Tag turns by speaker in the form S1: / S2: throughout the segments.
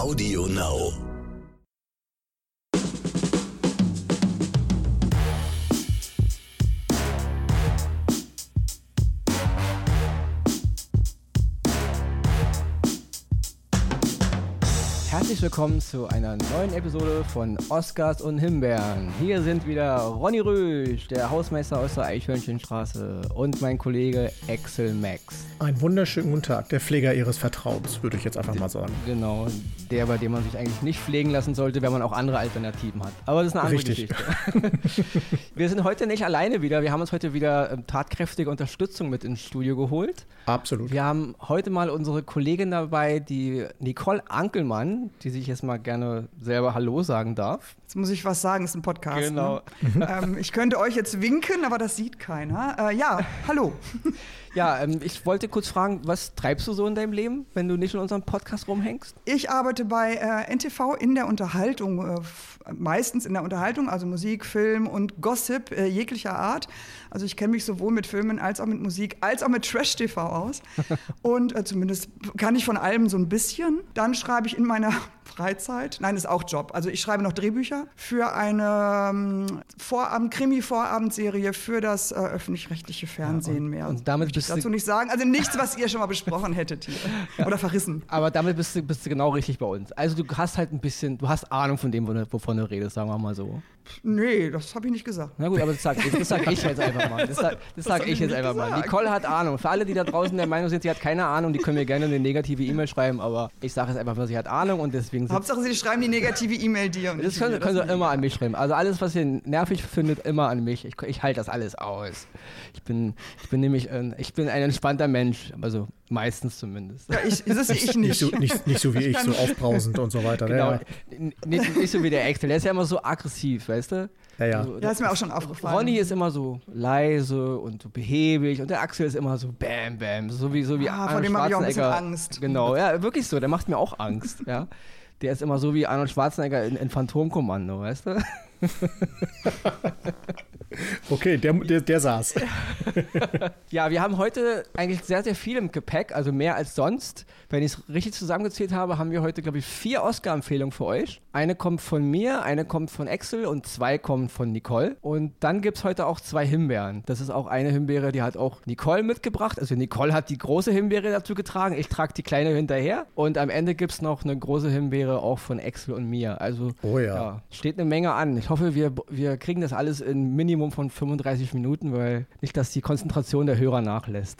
S1: Audio Now.
S2: Herzlich willkommen zu einer neuen Episode von Oscars und Himbeeren. Hier sind wieder Ronny Rösch, der Hausmeister aus der Eichhörnchenstraße, und mein Kollege Axel Max.
S3: Einen wunderschönen guten Tag, der Pfleger Ihres Vertrauens, würde ich jetzt einfach mal sagen.
S2: Genau, der, bei dem man sich eigentlich nicht pflegen lassen sollte, wenn man auch andere Alternativen hat. Aber das ist eine andere Geschichte. Wir sind heute nicht alleine wieder. Wir haben uns heute wieder tatkräftige Unterstützung mit ins Studio geholt.
S3: Absolut.
S2: Wir haben heute mal unsere Kollegin dabei, die Nicole Ankelmann, die sich jetzt mal gerne selber Hallo sagen darf.
S4: Jetzt muss ich was sagen, ist ein Podcast.
S2: Genau.
S4: Ne? Ich könnte euch jetzt winken, aber das sieht keiner. Ja, hallo.
S2: Ja, ich wollte kurz fragen, was treibst du so in deinem Leben, wenn du nicht in unserem Podcast rumhängst?
S4: Ich arbeite bei NTV in der Unterhaltung, meistens in der Unterhaltung, also Musik, Film und Gossip jeglicher Art. Also ich kenne mich sowohl mit Filmen als auch mit Musik, als auch mit Trash-TV aus. Und zumindest kann ich von allem so ein bisschen. Dann schreibe ich in meiner Freizeit, nein, ist auch Job. Also ich schreibe noch Drehbücher für eine Krimi-Vorabendserie für das öffentlich-rechtliche Fernsehen mehr.
S2: Und damit bist
S4: dazu nicht sagen. Also nichts, was ihr schon mal besprochen hättet hier. Ja. Oder verrissen.
S2: Aber damit bist du genau richtig bei uns. Also du hast halt du hast Ahnung von dem, wovon du redest, sagen wir mal so.
S4: Nee, das habe ich nicht gesagt.
S2: Na gut, aber das sag ich jetzt einfach mal. Das sag ich jetzt einfach mal. Nicole hat Ahnung. Für alle, die da draußen der Meinung sind, sie hat keine Ahnung, die können mir gerne eine negative E-Mail schreiben, aber ich sage es einfach mal, sie hat Ahnung und deswegen...
S4: Hauptsache, sie schreiben die negative E-Mail dir. Und
S2: das können sie immer an mich schreiben. Also alles, was ihr nervig findet, immer an mich. Ich halte das alles aus. Ich bin ein entspannter Mensch, also meistens zumindest.
S4: Ja, das ich nicht.
S3: Nicht so wie ich, so aufbrausend und so weiter.
S2: Genau,
S3: Ja.
S2: nicht so wie der Axel. Der ist ja immer so aggressiv, weißt du?
S3: Ja.
S2: Also,
S4: ja, ist mir auch schon aufgefallen.
S2: Ronny ist immer so leise und so behäbig und der Axel ist immer so bam, bam, so wie
S4: vor dem habe ich auch ein bisschen Angst.
S2: Genau, ja, wirklich so, der macht mir auch Angst, ja. Der ist immer so wie Arnold Schwarzenegger in Phantomkommando, weißt du?
S3: Okay, der saß.
S2: Ja, wir haben heute eigentlich sehr, sehr viel im Gepäck, also mehr als sonst. Wenn ich es richtig zusammengezählt habe, haben wir heute, glaube ich, 4 Oscar-Empfehlungen für euch. Eine kommt von mir, eine kommt von Axel und 2 kommen von Nicole. Und dann gibt es heute auch 2 Himbeeren. Das ist auch eine Himbeere, die hat auch Nicole mitgebracht. Also Nicole hat die große Himbeere dazu getragen, ich trage die kleine hinterher. Und am Ende gibt es noch eine große Himbeere auch von Axel und mir. Also steht eine Menge an. Ich hoffe, wir kriegen das alles in Minimum von 35 Minuten, weil nicht, dass die Konzentration der Hörer nachlässt.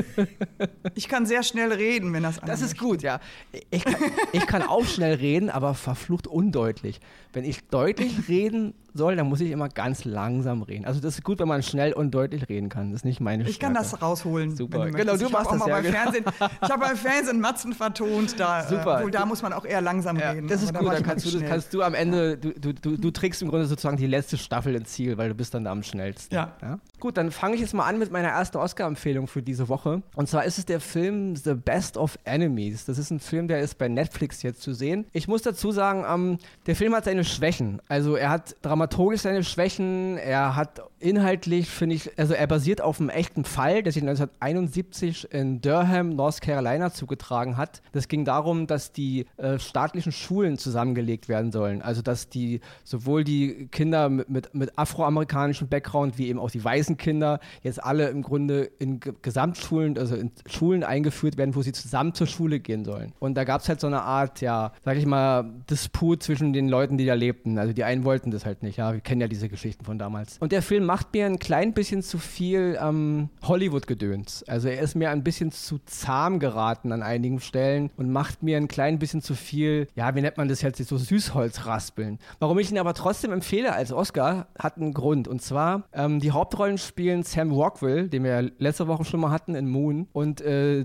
S4: Ich kann sehr schnell reden, wenn das
S2: Das ist gut, ja. Ich kann auch schnell reden, aber verflucht undeutlich. Wenn ich deutlich reden soll, dann muss ich immer ganz langsam reden. Also das ist gut, wenn man schnell und deutlich reden kann. Das ist nicht meine Stärke.
S4: Ich kann das rausholen.
S2: Super.
S4: Wenn du
S2: genau, du machst das ja.
S4: Ich habe beim Fernsehen Matzen vertont. Da muss man auch eher langsam reden.
S2: Das ist gut, dann kannst du am Ende, du trägst im Grunde sozusagen die letzte Staffel ins Ziel, weil du bist dann da am schnellsten.
S4: Ja.
S2: Gut, dann fange ich jetzt mal an mit meiner ersten Oscar-Empfehlung für diese Woche. Und zwar ist es der Film The Best of Enemies. Das ist ein Film, der ist bei Netflix jetzt zu sehen. Ich muss dazu sagen, der Film hat seine Schwächen. Also er hat dramaturgisch seine Schwächen, er hat inhaltlich, finde ich, also er basiert auf einem echten Fall, der sich 1971 in Durham, North Carolina zugetragen hat. Das ging darum, dass die staatlichen Schulen zusammengelegt werden sollen. Also dass sowohl die Kinder mit afroamerikanischem Background wie eben auch die weißen Kinder jetzt alle im Grunde in Gesamtschulen, also in Schulen eingeführt werden, wo sie zusammen zur Schule gehen sollen. Und da gab es halt so eine Art, ja, sag ich mal, Disput zwischen den Leuten, die da lebten. Also die einen wollten das halt nicht, ja, wir kennen ja diese Geschichten von damals. Und der Film macht mir ein klein bisschen zu viel Hollywood-Gedöns. Also er ist mir ein bisschen zu zahm geraten an einigen Stellen und macht mir ein klein bisschen zu viel, ja, wie nennt man das jetzt, so Süßholzraspeln. Warum ich ihn aber trotzdem empfehle als Oscar, hat einen Grund. Und zwar, die Hauptrollen spielen Sam Rockwell, den wir ja letzte Woche schon mal hatten in Moon, und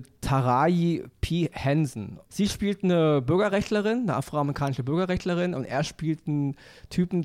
S2: Taraji P. Henson. Sie spielt eine Bürgerrechtlerin, eine afroamerikanische Bürgerrechtlerin, und er spielt einen Typen, der beim Ku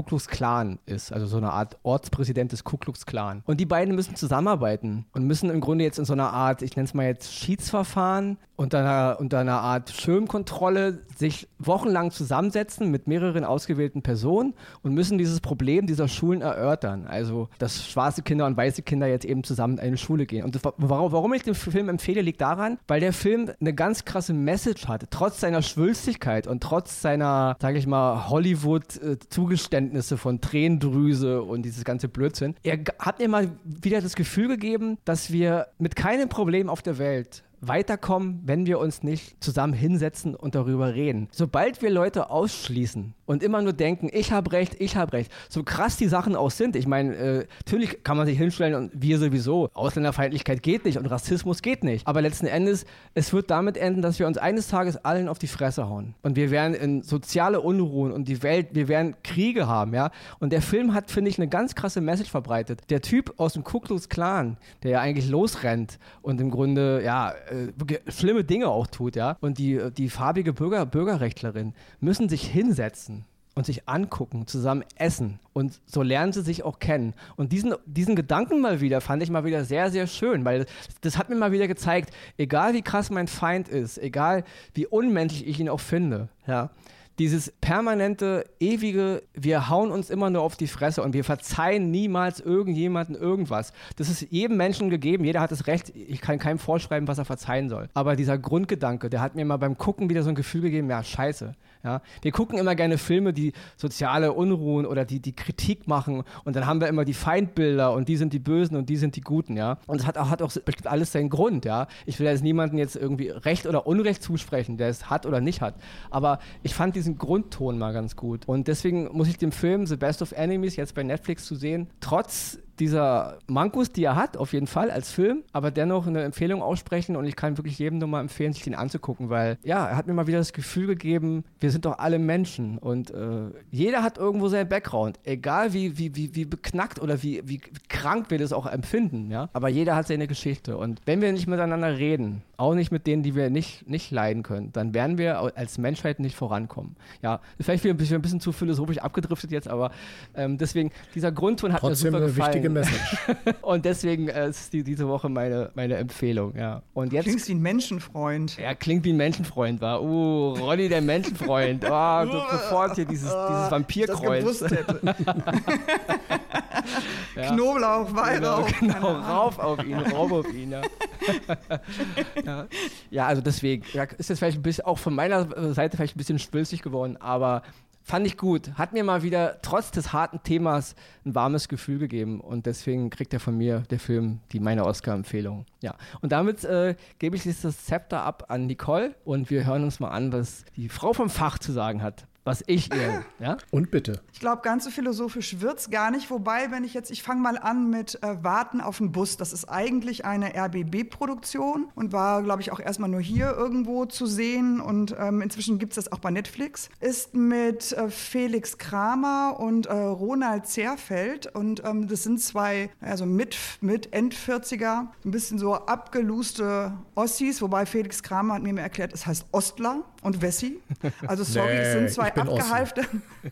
S2: Ku Klux Klan ist, also so eine Art Ortspräsident des Ku Klux Klan. Und die beiden müssen zusammenarbeiten und müssen im Grunde jetzt in so einer Art, ich nenne es mal jetzt Schiedsverfahren, unter einer Art Schirmkontrolle sich wochenlang zusammensetzen mit mehreren ausgewählten Personen und müssen dieses Problem dieser Schulen erörtern. Also, dass schwarze Kinder und weiße Kinder jetzt eben zusammen in eine Schule gehen. Und warum ich den Film empfehle, liegt daran, weil der Film eine ganz krasse Message hat. Trotz seiner Schwülstigkeit und trotz seiner, sage ich mal, Hollywood-Zugeständnisse von Tränendrüse und dieses ganze Blödsinn. Er hat mir mal wieder das Gefühl gegeben, dass wir mit keinem Problem auf der Welt weiterkommen, wenn wir uns nicht zusammen hinsetzen und darüber reden. Sobald wir Leute ausschließen und immer nur denken, ich habe recht, so krass die Sachen auch sind, ich meine, natürlich kann man sich hinstellen und wir sowieso, Ausländerfeindlichkeit geht nicht und Rassismus geht nicht, aber letzten Endes, es wird damit enden, dass wir uns eines Tages allen auf die Fresse hauen und wir werden in soziale Unruhen und wir werden Kriege haben, ja, und der Film hat, finde ich, eine ganz krasse Message verbreitet. Der Typ aus dem Ku Klux Klan, der ja eigentlich losrennt und im Grunde, ja, schlimme Dinge auch tut, ja. Und die farbige Bürgerrechtlerin müssen sich hinsetzen und sich angucken, zusammen essen. Und so lernen sie sich auch kennen. Und diesen Gedanken fand ich mal wieder sehr, sehr schön, weil das hat mir mal wieder gezeigt, egal wie krass mein Feind ist, egal wie unmenschlich ich ihn auch finde, ja, dieses permanente, ewige, wir hauen uns immer nur auf die Fresse und wir verzeihen niemals irgendjemanden irgendwas. Das ist jedem Menschen gegeben, jeder hat das Recht, ich kann keinem vorschreiben, was er verzeihen soll. Aber dieser Grundgedanke, der hat mir mal beim Gucken wieder so ein Gefühl gegeben, ja, scheiße. Ja? Wir gucken immer gerne Filme, die soziale Unruhen oder die Kritik machen und dann haben wir immer die Feindbilder und die sind die Bösen und die sind die Guten, ja. Und es hat auch bestimmt alles seinen Grund, ja. Ich will jetzt niemandem jetzt irgendwie Recht oder Unrecht zusprechen, der es hat oder nicht hat. Aber ich fand diesen Grundton mal ganz gut. Und deswegen muss ich dem Film The Best of Enemies jetzt bei Netflix zu sehen, trotz dieser Mankos, die er hat, auf jeden Fall als Film, aber dennoch eine Empfehlung aussprechen und ich kann wirklich jedem nur mal empfehlen, sich den anzugucken, weil ja, er hat mir mal wieder das Gefühl gegeben, wir sind doch alle Menschen und jeder hat irgendwo seinen Background, egal wie beknackt oder wie krank wir das auch empfinden, ja, aber jeder hat seine Geschichte und wenn wir nicht miteinander reden, auch nicht mit denen, die wir nicht leiden können, dann werden wir als Menschheit nicht vorankommen. Ja, vielleicht ein bisschen zu philosophisch abgedriftet jetzt, aber deswegen, dieser Grundton hat
S3: trotzdem
S2: mir super gefallen.
S3: Message.
S2: Und deswegen ist diese Woche meine Empfehlung, ja. Und jetzt
S4: klingt wie ein Menschenfreund.
S2: Ja, klingt wie ein Menschenfreund, war. Ronny der Menschenfreund. Sofort hier dieses Vampirkreuz. Das gewusst hätte.
S4: Ja. Knoblauch, Weihrauch.
S2: Genau, rauf auf ihn, ja. Ja, also deswegen, ja, ist jetzt vielleicht ein bisschen, auch von meiner Seite vielleicht ein bisschen schwülstig geworden, aber fand ich gut. Hat mir mal wieder, trotz des harten Themas, ein warmes Gefühl gegeben. Und deswegen kriegt er von mir, der Film, meine Oscar-Empfehlung. Ja. Und damit gebe ich jetzt das Zepter ab an Nicole. Und wir hören uns mal an, was die Frau vom Fach zu sagen hat. Was ich ihr, ja?
S3: Und bitte.
S4: Ich glaube, ganz so philosophisch wird's gar nicht. Wobei, ich fange mal an mit Warten auf den Bus. Das ist eigentlich eine RBB-Produktion und war, glaube ich, auch erstmal nur hier irgendwo zu sehen. Und inzwischen gibt's das auch bei Netflix. Ist mit Felix Kramer und Ronald Zerfeld. Und das sind zwei, also mit End-40er, ein bisschen so abgeluste Ossis. Wobei Felix Kramer hat mir erklärt, es heißt Ostler und Wessi. Also sorry, es sind zwei abgehalfte.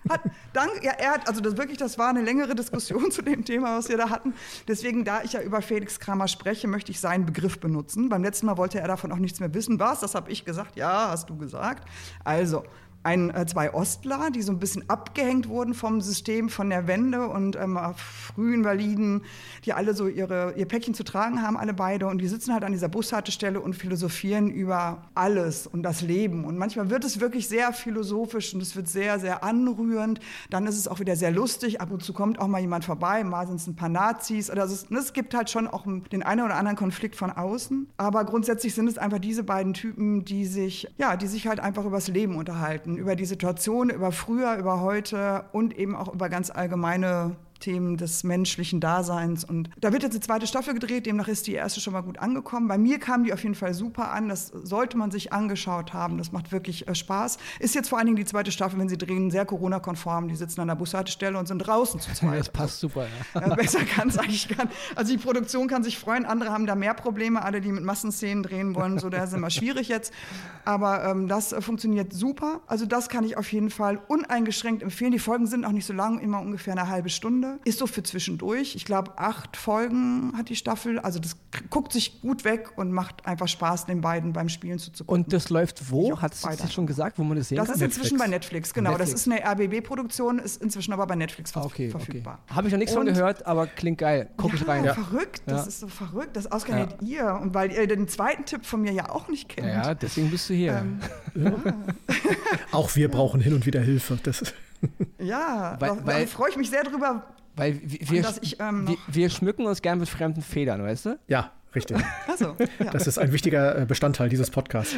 S4: Das war eine längere Diskussion zu dem Thema, was wir da hatten. Deswegen, da ich ja über Felix Kramer spreche, möchte ich seinen Begriff benutzen. Beim letzten Mal wollte er davon auch nichts mehr wissen. Was? Das habe ich gesagt. Ja, hast du gesagt. Also, zwei Ostler, die so ein bisschen abgehängt wurden vom System, von der Wende und Frühinvaliden, die alle so ihr Päckchen zu tragen haben, alle beide. Und die sitzen halt an dieser Bushaltestelle und philosophieren über alles und das Leben. Und manchmal wird es wirklich sehr philosophisch und es wird sehr, sehr anrührend. Dann ist es auch wieder sehr lustig. Ab und zu kommt auch mal jemand vorbei, mal sind es ein paar Nazis. Oder es gibt halt schon auch den einen oder anderen Konflikt von außen. Aber grundsätzlich sind es einfach diese beiden Typen, die sich halt einfach über das Leben unterhalten. Über die Situation, über früher, über heute und eben auch über ganz allgemeine Themen des menschlichen Daseins. Und da wird jetzt eine zweite Staffel gedreht, demnach ist die erste schon mal gut angekommen. Bei mir kam die auf jeden Fall super an, das sollte man sich angeschaut haben, das macht wirklich Spaß. Ist jetzt vor allen Dingen die zweite Staffel, wenn sie drehen, sehr Corona-konform, die sitzen an der Bushaltestelle und sind draußen zu zweit.
S2: Das passt super, ja.
S4: Besser kann es eigentlich gar nicht. Also die Produktion kann sich freuen, andere haben da mehr Probleme, alle, die mit Massenszenen drehen wollen, so, da ist immer schwierig jetzt. Aber das funktioniert super, also das kann ich auf jeden Fall uneingeschränkt empfehlen. Die Folgen sind auch nicht so lang, immer ungefähr eine halbe Stunde. Ist so für zwischendurch. Ich glaube, 8 Folgen hat die Staffel. Also das guckt sich gut weg und macht einfach Spaß, den beiden beim Spielen zuzugucken.
S2: Und das läuft wo? Hat es schon gesagt, wo man das sehen kann?
S4: Das ist inzwischen bei Netflix, genau. Netflix. Das ist eine RBB-Produktion, ist inzwischen aber bei Netflix verfügbar.
S2: Okay. Habe ich noch nichts von gehört, aber klingt geil. Guck ich rein.
S4: Ja, verrückt. Das ist so verrückt. Das ausgerechnet ihr. Und weil ihr den zweiten Tipp von mir ja auch nicht kennt.
S2: Ja, deswegen bist du hier.
S3: Auch wir brauchen hin und wieder Hilfe.
S4: Da freue ich mich sehr drüber.
S2: Weil wir schmücken uns gern mit fremden Federn, weißt du?
S3: Ja, richtig.
S4: Also, ja.
S3: Das ist ein wichtiger Bestandteil dieses Podcasts.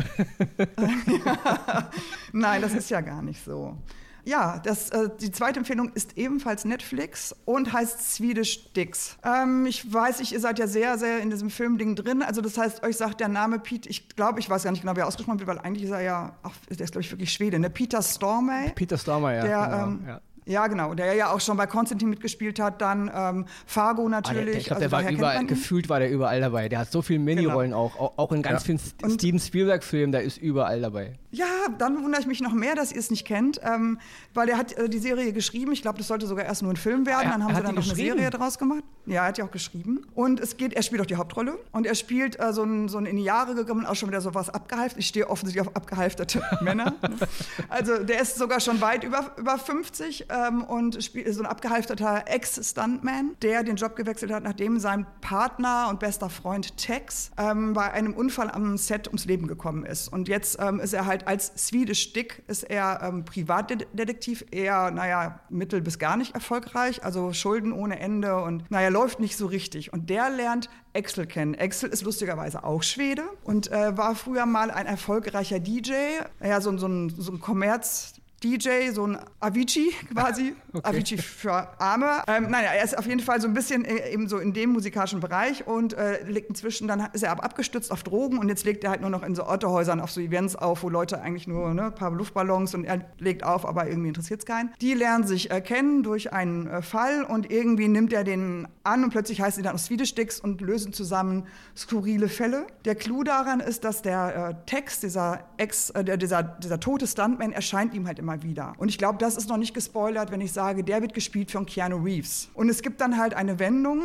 S4: Nein, das ist ja gar nicht so. Ja, die zweite Empfehlung ist ebenfalls Netflix und heißt Swedish Dicks. Ich weiß, ihr seid ja sehr, sehr in diesem Filmding drin. Also das heißt, euch sagt der Name Pete, ich weiß gar nicht genau, wie er ausgesprochen wird, weil eigentlich ist er ja, der ist, glaube ich, wirklich Schwede, ne? Peter Stormare.
S2: Peter Stormare, ja.
S4: Ja, genau, der ja auch schon bei Konstantin mitgespielt hat, dann Fargo natürlich.
S2: Ich glaube, der war überall, gefühlt war der überall dabei. Der hat so viele Minirollen auch in ganz vielen Steven Spielberg-Filmen, der ist überall dabei.
S4: Ja, dann wundere ich mich noch mehr, dass ihr es nicht kennt, weil er hat die Serie geschrieben. Ich glaube, das sollte sogar erst nur ein Film werden. Dann haben sie dann noch eine Serie draus gemacht. Ja, er hat ja auch geschrieben. Und er spielt auch die Hauptrolle. Und er spielt so ein in die Jahre gekommen, auch schon wieder so was abgehalft. Ich stehe offensichtlich auf abgehalfterte Männer. Also der ist sogar schon weit über 50 und spielt so ein abgehalfterter Ex-Stuntman, der den Job gewechselt hat, nachdem sein Partner und bester Freund Tex bei einem Unfall am Set ums Leben gekommen ist. Und jetzt ist er halt als Swedish Dick, ist er Privatdetektiv, eher, mittel bis gar nicht erfolgreich, also Schulden ohne Ende und, läuft nicht so richtig. Und der lernt Axel kennen. Axel ist lustigerweise auch Schwede und war früher mal ein erfolgreicher DJ, so ein Kommerz-DJ, so ein Avicii quasi, okay. Avicii für Arme. Er ist auf jeden Fall so ein bisschen eben so in dem musikalischen Bereich und legt inzwischen, dann ist er abgestützt auf Drogen und jetzt legt er halt nur noch in so Autohäusern auf so Events auf, wo Leute eigentlich nur ein paar Luftballons und er legt auf, aber irgendwie interessiert es keinen. Die lernen sich kennen durch einen Fall und irgendwie nimmt er den an und plötzlich heißen die dann Swedish Dicks und lösen zusammen skurrile Fälle. Der Clou daran ist, dass der Text, dieser tote Stuntman, erscheint ihm halt immer wieder. Und ich glaube, das ist noch nicht gespoilert, wenn ich sage, der wird gespielt von Keanu Reeves. Und es gibt dann halt eine Wendung,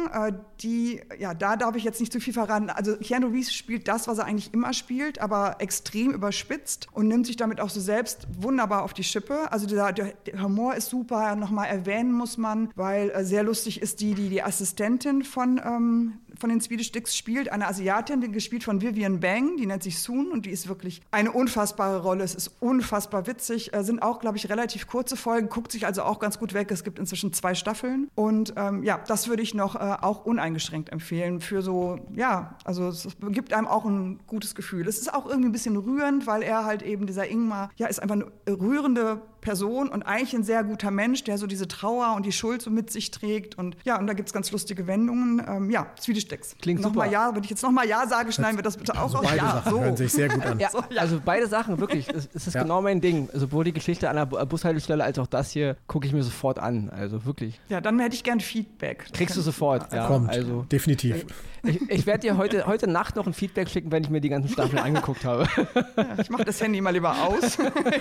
S4: da darf ich jetzt nicht zu viel verraten. Also Keanu Reeves spielt das, was er eigentlich immer spielt, aber extrem überspitzt und nimmt sich damit auch so selbst wunderbar auf die Schippe. Also der Humor ist super, nochmal erwähnen muss man, weil sehr lustig ist die Assistentin von den Swedish Dicks spielt, eine Asiatin, die gespielt von Vivian Bang, die nennt sich Soon und die ist wirklich eine unfassbare Rolle. Es ist unfassbar witzig, sind auch, glaube ich, relativ kurze Folgen, guckt sich also auch ganz gut weg. Es gibt inzwischen 2 Staffeln und das würde ich noch auch uneingeschränkt empfehlen für also es gibt einem auch ein gutes Gefühl. Es ist auch irgendwie ein bisschen rührend, weil er halt eben, dieser Ingmar, ist einfach eine rührende Person und eigentlich ein sehr guter Mensch, der so diese Trauer und die Schuld so mit sich trägt und und da gibt es ganz lustige Wendungen. Swedish Dicks.
S2: Klingt super.
S4: Wenn ich jetzt nochmal Ja sage, schneiden wir das bitte auch raus.
S3: Beide Sachen hören sich sehr gut an.
S2: Also beide Sachen, wirklich. Es ist genau mein Ding. Sowohl die Geschichte an der Bushaltestelle als auch das hier gucke ich mir sofort an. Also wirklich.
S4: Ja, dann hätte ich gern Feedback.
S2: Kriegst du sofort.
S3: Kommt, definitiv.
S2: Ich werde dir heute Nacht noch ein Feedback schicken, wenn ich mir die ganzen Staffeln angeguckt habe.
S4: Ja, ich mache das Handy mal lieber aus.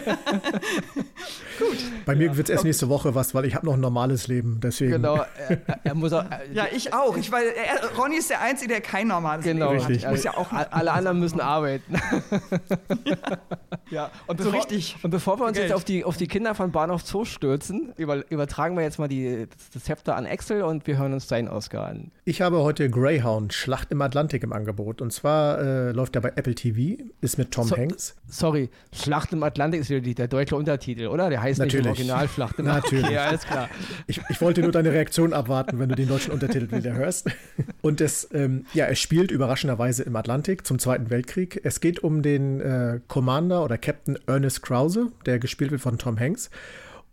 S3: Gut. Bei mir wird es erst nächste Woche was, weil ich habe noch ein normales Leben. Deswegen.
S2: Genau. Er muss auch,
S4: ich auch. Ronny ist der Einzige, der kein normales Leben hat. Ich muss ja auch
S2: alle anderen müssen arbeiten. Und bevor wir uns jetzt auf die Kinder von Bahnhof Zoo stürzen, übertragen wir jetzt mal das Zepter an Axel und wir hören uns seinen Oscar an.
S3: Ich habe heute Greyhound, Schlacht im Atlantik im Angebot. Und zwar läuft er bei Apple TV, ist mit Tom Hanks.
S2: Sorry, Schlacht im Atlantik ist wieder der deutsche Untertitel, oder? Der heißt
S3: natürlich
S2: nicht im Original Schlacht im Atlantik.
S3: Natürlich.
S2: Ja, alles klar.
S3: Ich wollte nur deine Reaktion abwarten, wenn du den deutschen Untertitel wieder hörst. Und er spielt überraschenderweise im Atlantik zum Zweiten Weltkrieg. Es geht um den Commander oder Captain Ernest Krause, der gespielt wird von Tom Hanks.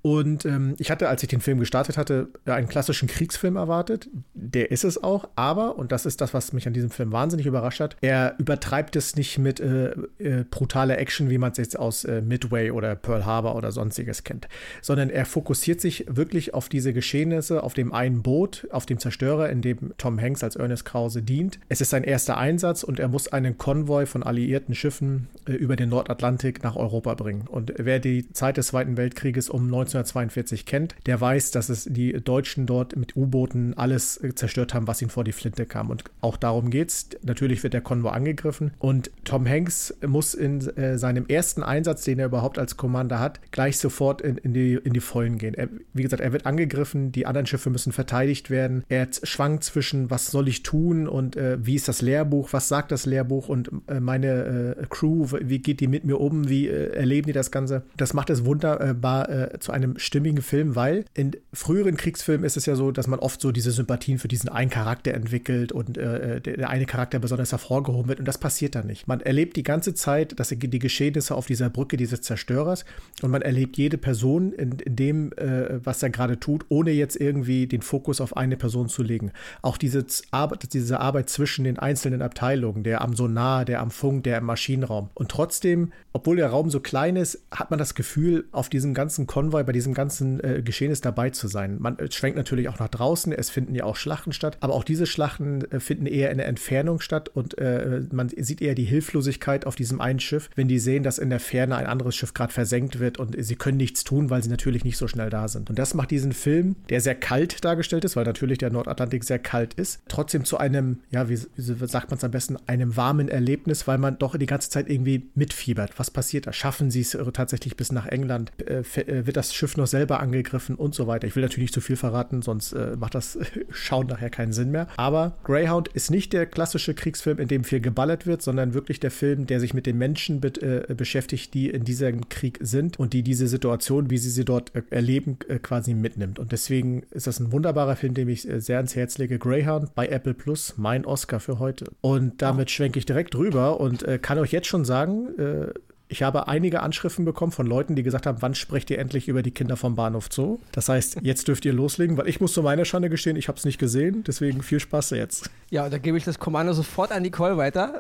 S3: Und ich hatte, als ich den Film gestartet hatte, einen klassischen Kriegsfilm erwartet. Der ist es auch, aber, und das ist das, was mich an diesem Film wahnsinnig überrascht hat, er übertreibt es nicht mit brutaler Action, wie man es jetzt aus Midway oder Pearl Harbor oder sonstiges kennt, sondern er fokussiert sich wirklich auf diese Geschehnisse, auf dem einen Boot, auf dem Zerstörer, in dem Tom Hanks als Ernest Krause dient. Es ist sein erster Einsatz und er muss einen Konvoi von alliierten Schiffen über den Nordatlantik nach Europa bringen. Und wer die Zeit des Zweiten Weltkrieges um 1942 kennt, der weiß, dass es die Deutschen dort mit U-Booten alles zerstört haben, was ihnen vor die Flinte kam. Und auch darum geht's. Natürlich wird der Konvoi angegriffen und Tom Hanks muss in seinem ersten Einsatz, den er überhaupt als Commander hat, gleich sofort in die Vollen gehen. Wie gesagt, er wird angegriffen, die anderen Schiffe müssen verteidigt werden. Er schwankt zwischen, was soll ich tun und wie ist das Lehrbuch, was sagt das Lehrbuch und meine Crew, wie geht die mit mir um, wie erleben die das Ganze. Das macht es wunderbar zu einem stimmigen Film, weil in früheren Kriegsfilmen ist es ja so, dass man oft so diese Sympathien für diesen einen Charakter entwickelt und der eine Charakter besonders hervorgehoben wird und das passiert da nicht. Man erlebt die ganze Zeit die Geschehnisse auf dieser Brücke dieses Zerstörers und man erlebt jede Person in dem, was er gerade tut, ohne jetzt irgendwie den Fokus auf eine Person zu legen. Auch diese Arbeit zwischen den einzelnen Abteilungen, der am Sonar, der am Funk, der im Maschinenraum. Und trotzdem, obwohl der Raum so klein ist, hat man das Gefühl, auf diesem ganzen Konvoi, bei diesem ganzen Geschehnis dabei zu sein. Man schwenkt natürlich auch nach draußen, es finden ja auch Schlachten statt, aber auch diese Schlachten finden eher in der Entfernung statt und man sieht eher die Hilflosigkeit auf diesem einen Schiff, wenn die sehen, dass in der Ferne ein anderes Schiff gerade versenkt wird und sie können nichts tun, weil sie natürlich nicht so schnell da sind. Und das macht diesen Film, der sehr kalt dargestellt ist, weil natürlich der Nordatlantik sehr kalt ist, trotzdem zu einem, ja, wie sagt man es am besten, einem warmen Erlebnis, weil man doch die ganze Zeit irgendwie mitfiebert. Was passiert da? Schaffen sie es tatsächlich bis nach England? Wird das Schiff noch selber angegriffen und so weiter? Ich will natürlich nicht zu viel verraten, sonst macht das Schauen nachher keinen Sinn mehr. Aber Greyhound ist nicht der klassische Kriegsfilm, in dem viel geballert wird, sondern wirklich der Film, der sich mit den Menschen beschäftigt, die in diesem Krieg sind und die diese Situation, wie sie sie dort erleben, quasi mitnimmt. Und deswegen ist das ein wunderbarer Film, dem ich sehr ans Herz lege. Greyhound bei Apple Plus, mein Oscar für heute. Und damit schwenke ich direkt rüber und kann euch jetzt schon sagen, ich habe einige Anschriften bekommen von Leuten, die gesagt haben, wann sprecht ihr endlich über die Kinder vom Bahnhof Zoo? Das heißt, jetzt dürft ihr loslegen, weil ich muss zu meiner Schande gestehen, ich habe es nicht gesehen, deswegen viel Spaß jetzt.
S2: Ja, und da gebe ich das Kommando sofort an Nicole weiter.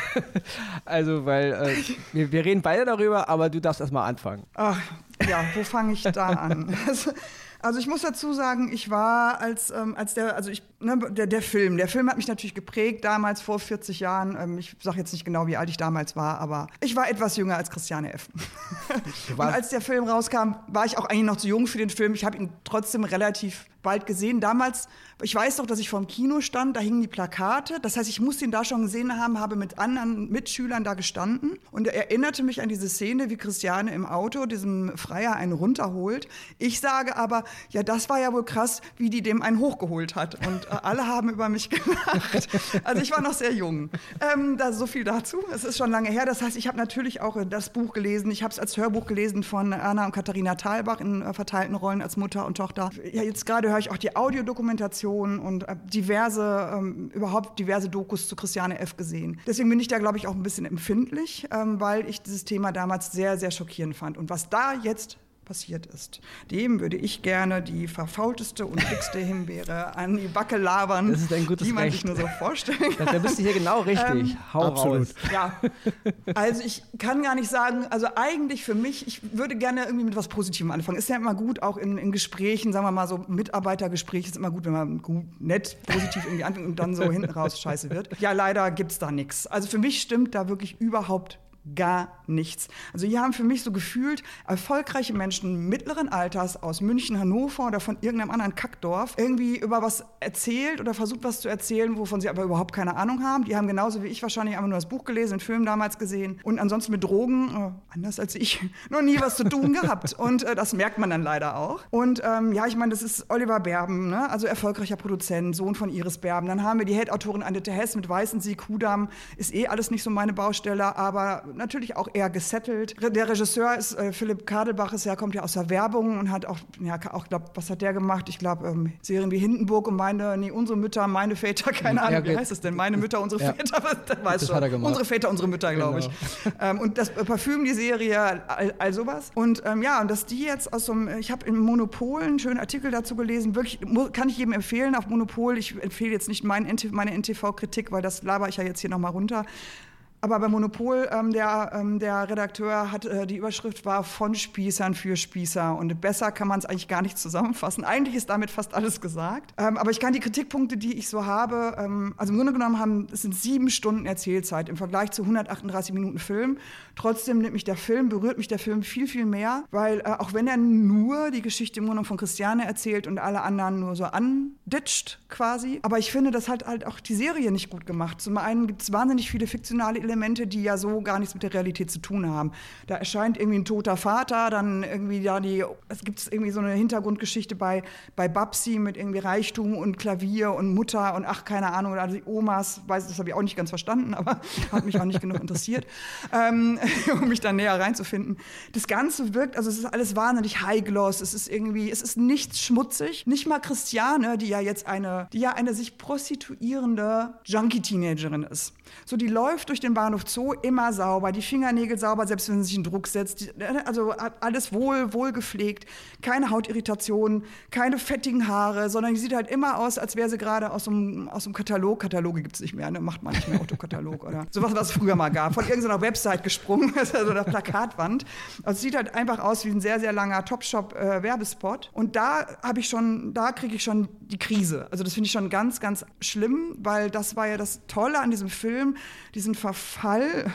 S2: Also, weil wir reden beide darüber, aber du darfst erstmal anfangen.
S4: Ach, ja, wo fange ich da an? Also ich muss dazu sagen, ich war der Film hat mich natürlich geprägt, damals vor 40 Jahren. Ich sage jetzt nicht genau, wie alt ich damals war, aber ich war etwas jünger als Christiane F. Und als der Film rauskam, war ich auch eigentlich noch zu jung für den Film. Ich habe ihn trotzdem relativ bald gesehen. Damals, ich weiß doch, dass ich vor dem Kino stand, da hingen die Plakate. Das heißt, ich musste ihn da schon gesehen haben, habe mit anderen Mitschülern da gestanden. Und er erinnerte mich an diese Szene, wie Christiane im Auto diesem Freier einen runterholt. Ich sage aber, ja, das war ja wohl krass, wie die dem einen hochgeholt hat. Und alle haben über mich gelacht. Also ich war noch sehr jung. So viel dazu. Es ist schon lange her. Das heißt, ich habe natürlich auch das Buch gelesen. Ich habe es als Hörbuch gelesen von Anna und Katharina Thalbach in verteilten Rollen als Mutter und Tochter. Ja, jetzt gerade höre ich auch die Audiodokumentation und diverse Dokus zu Christiane F. gesehen. Deswegen bin ich da, glaube ich, auch ein bisschen empfindlich, weil ich dieses Thema damals sehr, sehr schockierend fand. Und was da jetzt passiert ist, dem würde ich gerne die verfaulteste und dickste Himbeere an die Backe labern,
S2: das ist ein gutes
S4: die man
S2: Recht.
S4: sich nur so vorstellen kann.
S2: Da bist du hier genau richtig. Hau
S3: absolut
S2: raus.
S4: Ja, also ich kann gar nicht sagen, also eigentlich für mich, ich würde gerne irgendwie mit was Positivem anfangen. Ist ja immer gut, auch in Gesprächen, sagen wir mal so Mitarbeitergespräche, ist immer gut, wenn man nett, positiv irgendwie anfängt und dann so hinten raus scheiße wird. Ja, leider gibt's da nichts. Also für mich stimmt da wirklich überhaupt gar nichts. Also hier haben für mich so gefühlt erfolgreiche Menschen mittleren Alters aus München, Hannover oder von irgendeinem anderen Kackdorf irgendwie über was erzählt oder versucht, was zu erzählen, wovon sie aber überhaupt keine Ahnung haben. Die haben genauso wie ich wahrscheinlich einfach nur das Buch gelesen, den Film damals gesehen und ansonsten mit Drogen, anders als ich, noch nie was zu tun gehabt. Und das merkt man dann leider auch. Und ja, ich meine, das ist Oliver Berben, ne? Also erfolgreicher Produzent, Sohn von Iris Berben. Dann haben wir die Head-Autorin Annette Hess mit Weißensee, Kudamm. Ist alles nicht so meine Baustelle, aber natürlich auch eher gesettelt. Der Regisseur ist Philipp Kadelbach, kommt ja aus der Werbung und hat auch glaube, was hat der gemacht? Ich glaube, Serien wie Hindenburg und unsere Mütter, meine Väter, keine Ahnung, wie heißt es denn? Meine Mütter, unsere Väter, das weiß schon. Unsere Väter, unsere Mütter, glaube ich. Und das Parfüm, die Serie, all sowas. Und und dass die jetzt ich habe im Monopol einen schönen Artikel dazu gelesen, wirklich, kann ich jedem empfehlen auf Monopol. Ich empfehle jetzt nicht meine NTV-Kritik, weil das laber ich ja jetzt hier nochmal runter. Aber bei Monopol, der Redakteur hat, die Überschrift war von Spießern für Spießer. Und besser kann man es eigentlich gar nicht zusammenfassen. Eigentlich ist damit fast alles gesagt. Aber ich kann die Kritikpunkte, die ich so habe, also im Grunde genommen es sind 7 Stunden Erzählzeit im Vergleich zu 138 Minuten Film. Trotzdem berührt mich der Film viel, viel mehr. Weil auch wenn er nur die Geschichte im Grunde genommen von Christiane erzählt und alle anderen nur so anditscht quasi. Aber ich finde, das hat halt auch die Serie nicht gut gemacht. Zum einen gibt es wahnsinnig viele fiktionale Elemente, die ja so gar nichts mit der Realität zu tun haben. Da erscheint irgendwie ein toter Vater, dann irgendwie es gibt irgendwie so eine Hintergrundgeschichte bei Babsi mit irgendwie Reichtum und Klavier und Mutter und keine Ahnung, oder die Omas, das habe ich auch nicht ganz verstanden, aber hat mich auch nicht genug interessiert, um mich da näher reinzufinden. Das Ganze wirkt, also es ist alles wahnsinnig High-Gloss, es ist nichts schmutzig, nicht mal Christiane, die ja eine sich prostituierende Junkie-Teenagerin ist. So, die läuft durch den Bahnhof Zoo immer sauber, die Fingernägel sauber, selbst wenn sie sich in Druck setzt. Also alles wohl gepflegt, keine Hautirritationen, keine fettigen Haare, sondern die sieht halt immer aus, als wäre sie gerade aus einem Katalog. Kataloge gibt es nicht mehr, ne? Macht man nicht mehr Autokatalog oder sowas, was es früher mal gab. Von irgendeiner Website gesprungen, also der Plakatwand. Also es sieht halt einfach aus wie ein sehr, sehr langer Topshop-Werbespot. Und da kriege ich schon die Krise. Also das finde ich schon ganz, ganz schlimm, weil das war ja das Tolle an diesem Film, diesen Verfall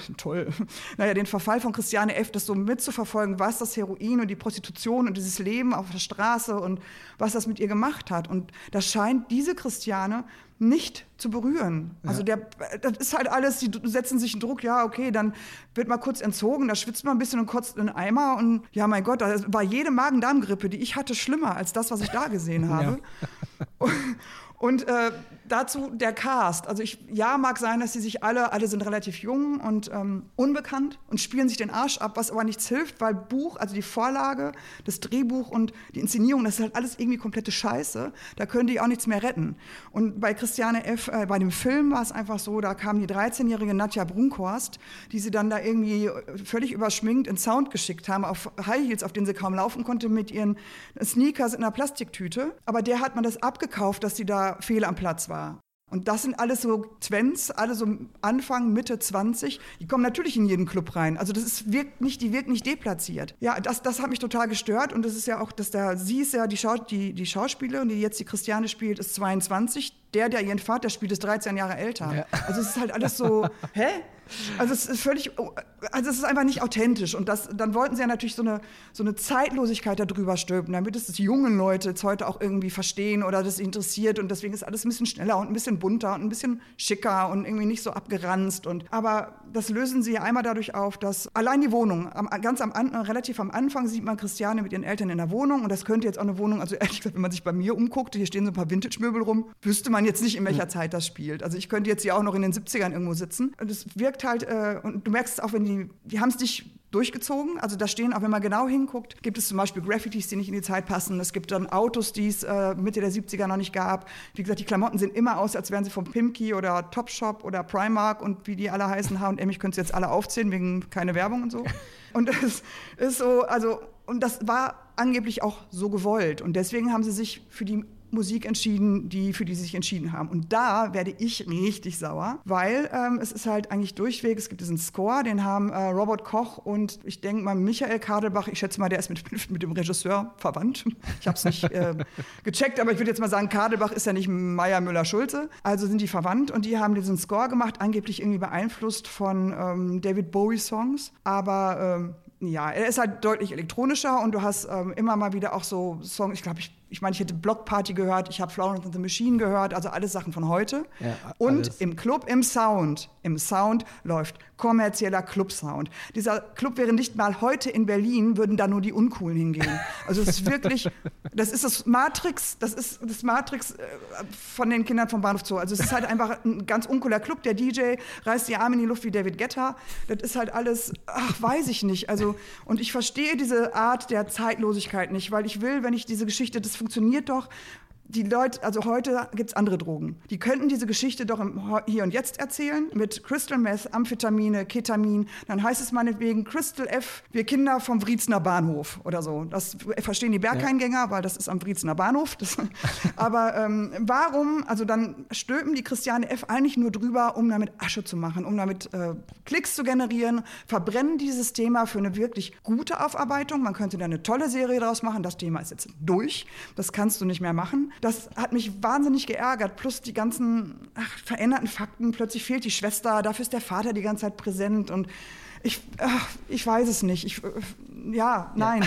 S4: von Christiane F., das so mitzuverfolgen, was das Heroin und die Prostitution und dieses Leben auf der Straße und was das mit ihr gemacht hat. Und das scheint diese Christiane nicht zu berühren. Ja. Also das ist halt alles, die setzen sich einen Druck, ja, okay, dann wird mal kurz entzogen, da schwitzt man ein bisschen und kotzt in den Eimer und ja, mein Gott, da war jede Magen-Darm-Grippe, die ich hatte, schlimmer als das, was ich da gesehen habe. Ja. Und dazu der Cast. Also mag sein, dass sie sich alle sind relativ jung und unbekannt und spielen sich den Arsch ab, was aber nichts hilft, weil also die Vorlage, das Drehbuch und die Inszenierung, das ist halt alles irgendwie komplette Scheiße. Da können die auch nichts mehr retten. Und bei Christiane F., bei dem Film war es einfach so, da kam die 13-jährige Nadja Brunkhorst, die sie dann da irgendwie völlig überschminkt in Sound geschickt haben, auf High Heels, auf denen sie kaum laufen konnte, mit ihren Sneakers in einer Plastiktüte. Aber der hat man das abgekauft, dass sie da fehl am Platz war. Und das sind alles so Twents, alle so Anfang, Mitte 20. Die kommen natürlich in jeden Club rein. Also die wirkt nicht deplatziert. Ja, das hat mich total gestört. Und das ist ja auch, sie ist ja die Schauspielerin, die jetzt die Christiane spielt, ist 22. Der ihren Vater spielt, ist 13 Jahre älter. Ja. Also es ist halt alles so, hä? Also es ist einfach nicht authentisch. Und dann wollten sie ja natürlich so eine Zeitlosigkeit da drüber stülpen, damit es die jungen Leute jetzt heute auch irgendwie verstehen oder das interessiert. Und deswegen ist alles ein bisschen schneller und ein bisschen bunter und ein bisschen schicker und irgendwie nicht so abgeranzt. Aber das lösen sie ja einmal dadurch auf, dass allein die Wohnung, relativ am Anfang sieht man Christiane mit ihren Eltern in der Wohnung. Und das könnte jetzt auch eine Wohnung, also ehrlich gesagt, wenn man sich bei mir umguckt, hier stehen so ein paar Vintage-Möbel rum, wüsste man jetzt nicht, in welcher Zeit das spielt. Also ich könnte jetzt hier auch noch in den 70ern irgendwo sitzen. Und es wirkt halt, und du merkst es auch, wenn die haben es nicht durchgezogen. Also da stehen, auch wenn man genau hinguckt, gibt es zum Beispiel Graffitis, die nicht in die Zeit passen. Es gibt dann Autos, die es Mitte der 70er noch nicht gab. Wie gesagt, die Klamotten sehen immer aus, als wären sie vom Pimki oder Topshop oder Primark und wie die alle heißen, H&M. Ich könnte es jetzt alle aufzählen, wegen keine Werbung und so. Und das ist so, und das war angeblich auch so gewollt. Und deswegen haben sie sich für die Musik entschieden, für die sie sich entschieden haben. Und da werde ich richtig sauer, weil es ist halt eigentlich durchweg, es gibt diesen Score, den haben Robert Koch und ich denke mal Michael Kadelbach, ich schätze mal, der ist mit dem Regisseur verwandt. Ich habe es nicht gecheckt, aber ich würde jetzt mal sagen, Kadelbach ist ja nicht Meyer Müller-Schulze, also sind die verwandt und die haben diesen Score gemacht, angeblich irgendwie beeinflusst von David Bowie-Songs, aber ja, er ist halt deutlich elektronischer und du hast immer mal wieder auch so Songs, ich glaube, ich meine, ich hätte Block Party gehört, ich habe Florence and the Machine gehört, also alles Sachen von heute. Ja, und alles. Im Club, im Sound läuft kommerzieller Clubsound. Dieser Club wäre nicht mal heute in Berlin, würden da nur die Uncoolen hingehen. Also es ist wirklich, das ist das Matrix von den Kindern vom Bahnhof Zoo. Also es ist halt einfach ein ganz uncooler Club. Der DJ reißt die Arme in die Luft wie David Guetta. Das ist halt alles, weiß ich nicht. Also, und ich verstehe diese Art der Zeitlosigkeit nicht, weil ich will, wenn ich diese Geschichte, das funktioniert doch. Die Leute, also heute gibt es andere Drogen. Die könnten diese Geschichte doch im Hier und Jetzt erzählen, mit Crystal Meth, Amphetamine, Ketamin. Dann heißt es meinetwegen Crystal F, wir Kinder vom Wriezener Bahnhof oder so. Das verstehen die Berghaingänger, weil das ist am Wriezener Bahnhof. Aber warum, also dann stülpen die Christiane F. eigentlich nur drüber, um damit Asche zu machen, um damit Klicks zu generieren, verbrennen dieses Thema für eine wirklich gute Aufarbeitung. Man könnte da eine tolle Serie draus machen. Das Thema ist jetzt durch. Das kannst du nicht mehr machen. Das hat mich wahnsinnig geärgert, plus die ganzen veränderten Fakten. Plötzlich fehlt die Schwester, dafür ist der Vater die ganze Zeit präsent und ich weiß es nicht. Nein.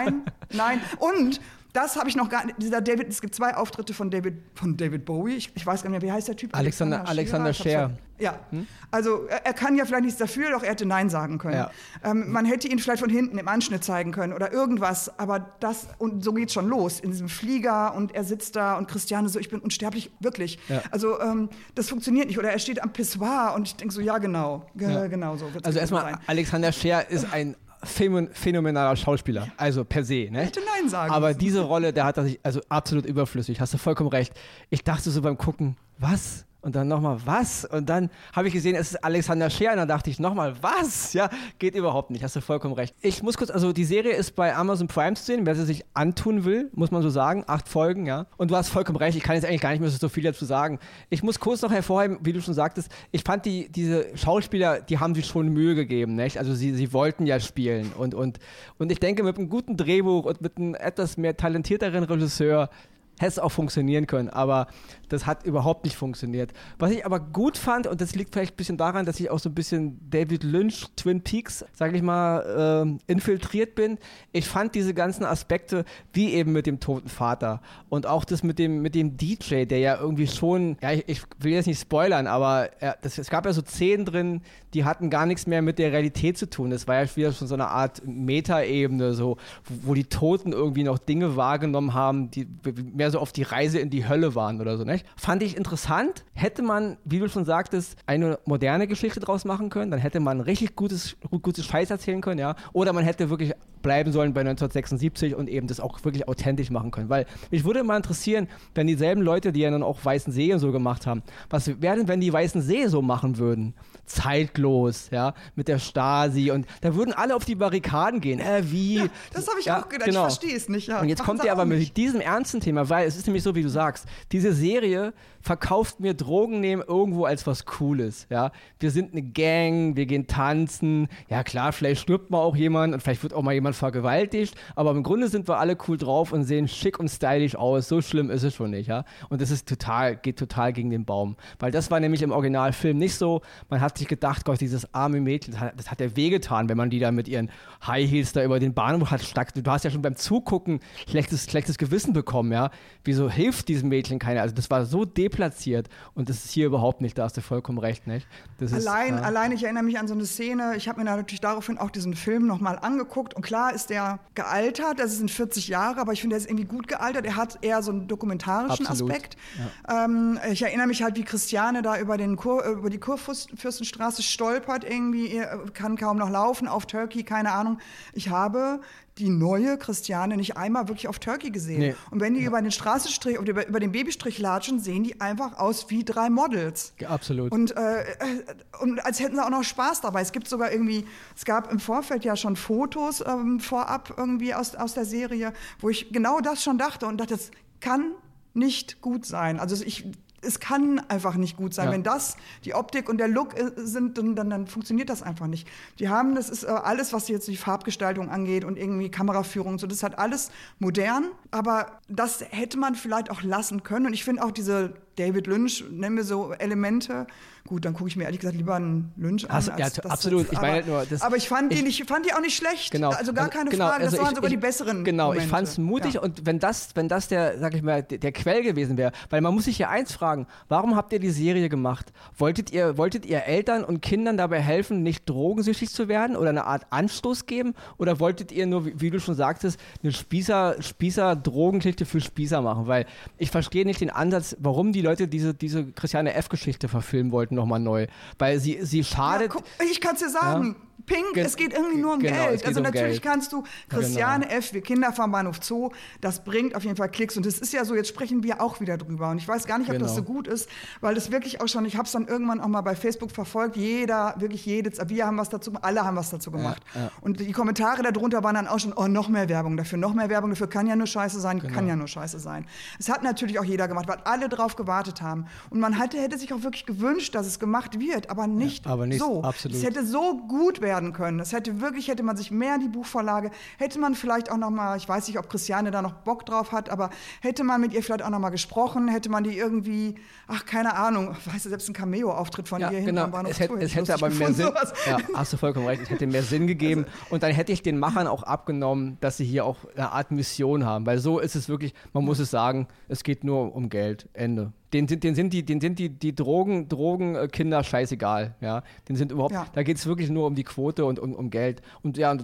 S4: Und das habe ich noch gar nicht. Es gibt 2 Auftritte von David Bowie. Ich weiß gar nicht mehr, wie heißt der Typ?
S2: Alexander Scheer.
S4: Ja, also er kann ja vielleicht nichts dafür, doch er hätte Nein sagen können. Ja. Man hätte ihn vielleicht von hinten im Anschnitt zeigen können oder irgendwas, aber und so geht's schon los, in diesem Flieger und er sitzt da und Christiane so, ich bin unsterblich, wirklich. Ja. Also das funktioniert nicht. Oder er steht am Pissoir und ich denke so, ja genau, genau so wird's.
S2: Also erstmal, Alexander Scheer ist ein phänomenaler Schauspieler, also per se. Ne?
S4: Ich hätte Nein sagen
S2: Aber
S4: müssen.
S2: Diese Rolle, der hat das also absolut überflüssig. Hast du vollkommen recht. Ich dachte so beim Gucken, was? Und dann nochmal, was? Und dann habe ich gesehen, es ist Alexander Scheer. Und dann dachte ich nochmal, was? Ja, geht überhaupt nicht. Hast du vollkommen recht. Ich muss kurz, also die Serie ist bei Amazon Prime zu sehen, wer sie sich antun will, muss man so sagen. 8 Folgen, ja. Und du hast vollkommen recht. Ich kann jetzt eigentlich gar nicht mehr so viel dazu sagen. Ich muss kurz noch hervorheben, wie du schon sagtest, ich fand diese Schauspieler, die haben sich schon Mühe gegeben, nicht? Also sie wollten ja spielen. Und ich denke, mit einem guten Drehbuch und mit einem etwas mehr talentierteren Regisseur hätte es auch funktionieren können, aber das hat überhaupt nicht funktioniert. Was ich aber gut fand, und das liegt vielleicht ein bisschen daran, dass ich auch so ein bisschen David Lynch, Twin Peaks, sage ich mal, infiltriert bin. Ich fand diese ganzen Aspekte, wie eben mit dem toten Vater und auch das mit dem DJ, der ja irgendwie schon, ja, ich will jetzt nicht spoilern, aber es gab ja so Szenen drin, die hatten gar nichts mehr mit der Realität zu tun. Das war ja wieder schon so eine Art Metaebene, so, wo die Toten irgendwie noch Dinge wahrgenommen haben, die mehr so auf die Reise in die Hölle waren oder so, nicht? Fand ich interessant. Hätte man, wie du schon sagtest, eine moderne Geschichte draus machen können, dann hätte man richtig gutes Scheiß erzählen können, ja. Oder man hätte wirklich bleiben sollen bei 1976 und eben das auch wirklich authentisch machen können. Weil mich würde mal interessieren, wenn dieselben Leute, die ja dann auch Weißen See und so gemacht haben, was wäre denn, wenn die Weißen See so machen würden? Zeitlos, ja, mit der Stasi und da würden alle auf die Barrikaden gehen. Wie?
S4: Ja, das habe ich auch gedacht, genau. Ich verstehe es nicht. Ja.
S2: Und jetzt kommt ihr aber mit diesem ernsten Thema, weil es ist nämlich so, wie du sagst, diese Serie verkauft mir Drogen nehmen irgendwo als was Cooles, ja. Wir sind eine Gang, wir gehen tanzen, ja klar, vielleicht stirbt mal auch jemand und vielleicht wird auch mal jemand vergewaltigt, aber im Grunde sind wir alle cool drauf und sehen schick und stylisch aus, so schlimm ist es schon nicht, ja. Und das ist geht total gegen den Baum, weil das war nämlich im Originalfilm nicht so, man hat sich gedacht, Gott, dieses arme Mädchen, das hat ja wehgetan, wenn man die da mit ihren High Heels da über den Bahnhof hat, du hast ja schon beim Zugucken schlechtes Gewissen bekommen, ja. Wieso hilft diesem Mädchen keiner? Also das war so deplatziert und das ist hier überhaupt nicht, da hast du vollkommen recht, nicht?
S4: Allein, ich erinnere mich an so eine Szene, ich habe mir natürlich daraufhin auch diesen Film nochmal angeguckt und klar ist der gealtert, das sind 40 Jahre, aber ich finde, der ist irgendwie gut gealtert, er hat eher so einen dokumentarischen Aspekt. Ja. Ich erinnere mich halt, wie Christiane da über die Kurfürstenstraße stolpert irgendwie, kann kaum noch laufen, auf Turkey, keine Ahnung. Ich habe die neue Christiane nicht einmal wirklich auf Turkey gesehen. Nee. Und wenn die über den Straßenstrich oder über den Babystrich latschen, sehen die einfach aus wie 3 Models.
S2: Ja, absolut.
S4: Und als hätten sie auch noch Spaß dabei. Es gab im Vorfeld ja schon Fotos vorab irgendwie aus der Serie, wo ich genau das schon dachte und dachte, das kann nicht gut sein. Also es kann einfach nicht gut sein. Ja. Wenn das die Optik und der Look sind, dann funktioniert das einfach nicht. Das ist alles, was jetzt die Farbgestaltung angeht und irgendwie Kameraführung und so, das ist halt alles modern, aber das hätte man vielleicht auch lassen können. Und ich finde auch diese David Lynch, nennen wir so Elemente. Gut, dann gucke ich mir ehrlich gesagt lieber einen Lynch an.
S2: Absolut. Ich meine halt nur,
S4: aber ich fand die auch nicht schlecht.
S2: Genau.
S4: Also gar keine Frage. Das waren sogar die besseren Momente.
S2: Ich fand es mutig. Und wenn das der, sag ich mal, der Quell gewesen wäre, weil man muss sich ja eins fragen, warum habt ihr die Serie gemacht? Wolltet ihr Eltern und Kindern dabei helfen, nicht drogensüchtig zu werden oder eine Art Anstoß geben? Oder wolltet ihr nur, wie du schon sagtest, eine Spießer-Drogengeschichte für Spießer machen? Weil ich verstehe nicht den Ansatz, warum die Leute diese Christiane F-Geschichte verfilmen wollten, nochmal neu. Weil sie schadet.
S4: Ja, ich kann es dir sagen. Ja. Pink, es geht irgendwie nur um Geld. Also natürlich kannst du Christiane F., wir Kinder vom Bahnhof Zoo, das bringt auf jeden Fall Klicks. Und das ist ja so, jetzt sprechen wir auch wieder drüber. Und ich weiß gar nicht, ob das so gut ist, weil das wirklich auch schon, ich habe es dann irgendwann auch mal bei Facebook verfolgt, wir haben was dazu, alle haben was dazu gemacht. Ja. Und die Kommentare darunter waren dann auch schon, noch mehr Werbung dafür kann ja nur scheiße sein, kann ja nur scheiße sein. Es hat natürlich auch jeder gemacht, weil alle drauf gewartet haben. Und man hätte sich auch wirklich gewünscht, dass es gemacht wird, aber nicht so.
S2: Absolut.
S4: Es hätte so gut werden können. Das hätte man sich mehr die Buchvorlage, hätte man vielleicht auch noch mal, ich weiß nicht, ob Christiane da noch Bock drauf hat, aber hätte man mit ihr vielleicht auch noch mal gesprochen, hätte man die irgendwie, keine Ahnung, weißt du, selbst ein Cameo-Auftritt von ihr hinten am Bahnhof Zoo.
S2: Es hätte aber mehr Sinn, hast du vollkommen recht, es hätte mehr Sinn gegeben und dann hätte ich den Machern auch abgenommen, dass sie hier auch eine Art Mission haben, weil so ist es wirklich, man muss es sagen, es geht nur um Geld, Ende. Den sind die Drogenkinder scheißegal, ja. Da geht es wirklich nur um die Quote und um Geld. Und ja,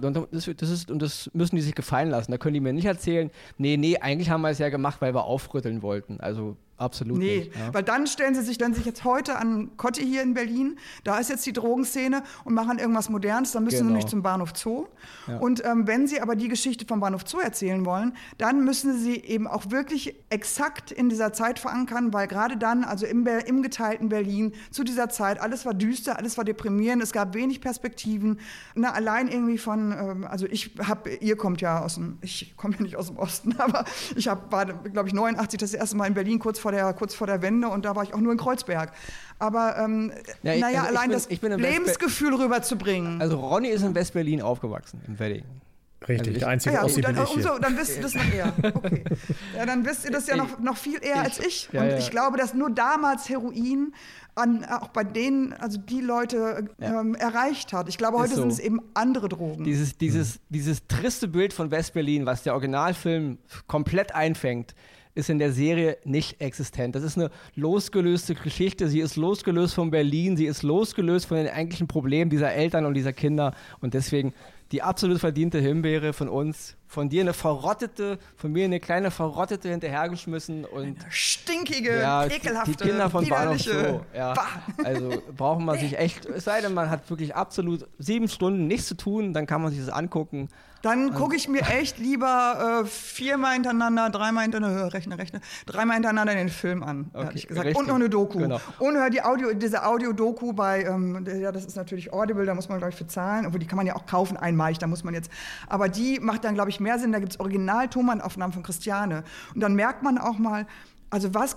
S2: das müssen die sich gefallen lassen. Da können die mir nicht erzählen, nee, eigentlich haben wir es ja gemacht, weil wir aufrütteln wollten. Also absolut nicht. Ja.
S4: Weil dann stellen sie sich jetzt heute an Kotti hier in Berlin, da ist jetzt die Drogenszene und machen irgendwas Modernes, dann müssen sie nicht zum Bahnhof Zoo. Ja. Und wenn sie aber die Geschichte vom Bahnhof Zoo erzählen wollen, dann müssen sie eben auch wirklich exakt in dieser Zeit verankern, weil gerade dann, also im geteilten Berlin, zu dieser Zeit, alles war düster, alles war deprimierend, es gab wenig Perspektiven. Allein irgendwie von, ihr kommt ja ich komme ja nicht aus dem Osten, aber war, glaube ich, 89 das erste Mal in Berlin, kurz vor der Wende, und da war ich auch nur in Kreuzberg. Aber allein das Lebensgefühl rüberzubringen.
S2: Also Ronny ist in West-Berlin aufgewachsen, in Wedding.
S3: Richtig, der einzige Ossi bin ich hier.
S4: Dann wisst ihr das noch eher. Okay. Ja, dann wisst ihr das ja noch viel eher als ich. Und ich glaube, dass nur damals Heroin auch bei denen, also die Leute erreicht hat. Ich glaube, heute sind es eben andere Drogen.
S2: Dieses triste Bild von West-Berlin, was der Originalfilm komplett einfängt, ist in der Serie nicht existent. Das ist eine losgelöste Geschichte. Sie ist losgelöst von Berlin. Sie ist losgelöst von den eigentlichen Problemen dieser Eltern und dieser Kinder. Und deswegen die absolut verdiente Himbeere von uns. Von dir von mir eine kleine verrottete hinterhergeschmissen. Und
S4: eine stinkige, ekelhafte,
S2: die Kinder von Bahnhof Zoo. Ja. Also braucht man sich echt, es sei denn, man hat wirklich absolut 7 Stunden nichts zu tun, dann kann man sich das angucken.
S4: Dann gucke ich mir echt lieber 4-mal hintereinander, 3-mal hintereinander, dreimal hintereinander den Film an, ehrlich gesagt. Richtig. Und noch eine Doku. Genau. Und diese Audio-Doku bei, das ist natürlich Audible, da muss man, glaube ich, für zahlen, obwohl die kann man ja auch kaufen, einmalig, da muss man jetzt, aber die macht dann, glaube ich, mehr Sinn, da gibt es Original-Tonbandaufnahmen von Christiane. Und dann merkt man auch mal, also was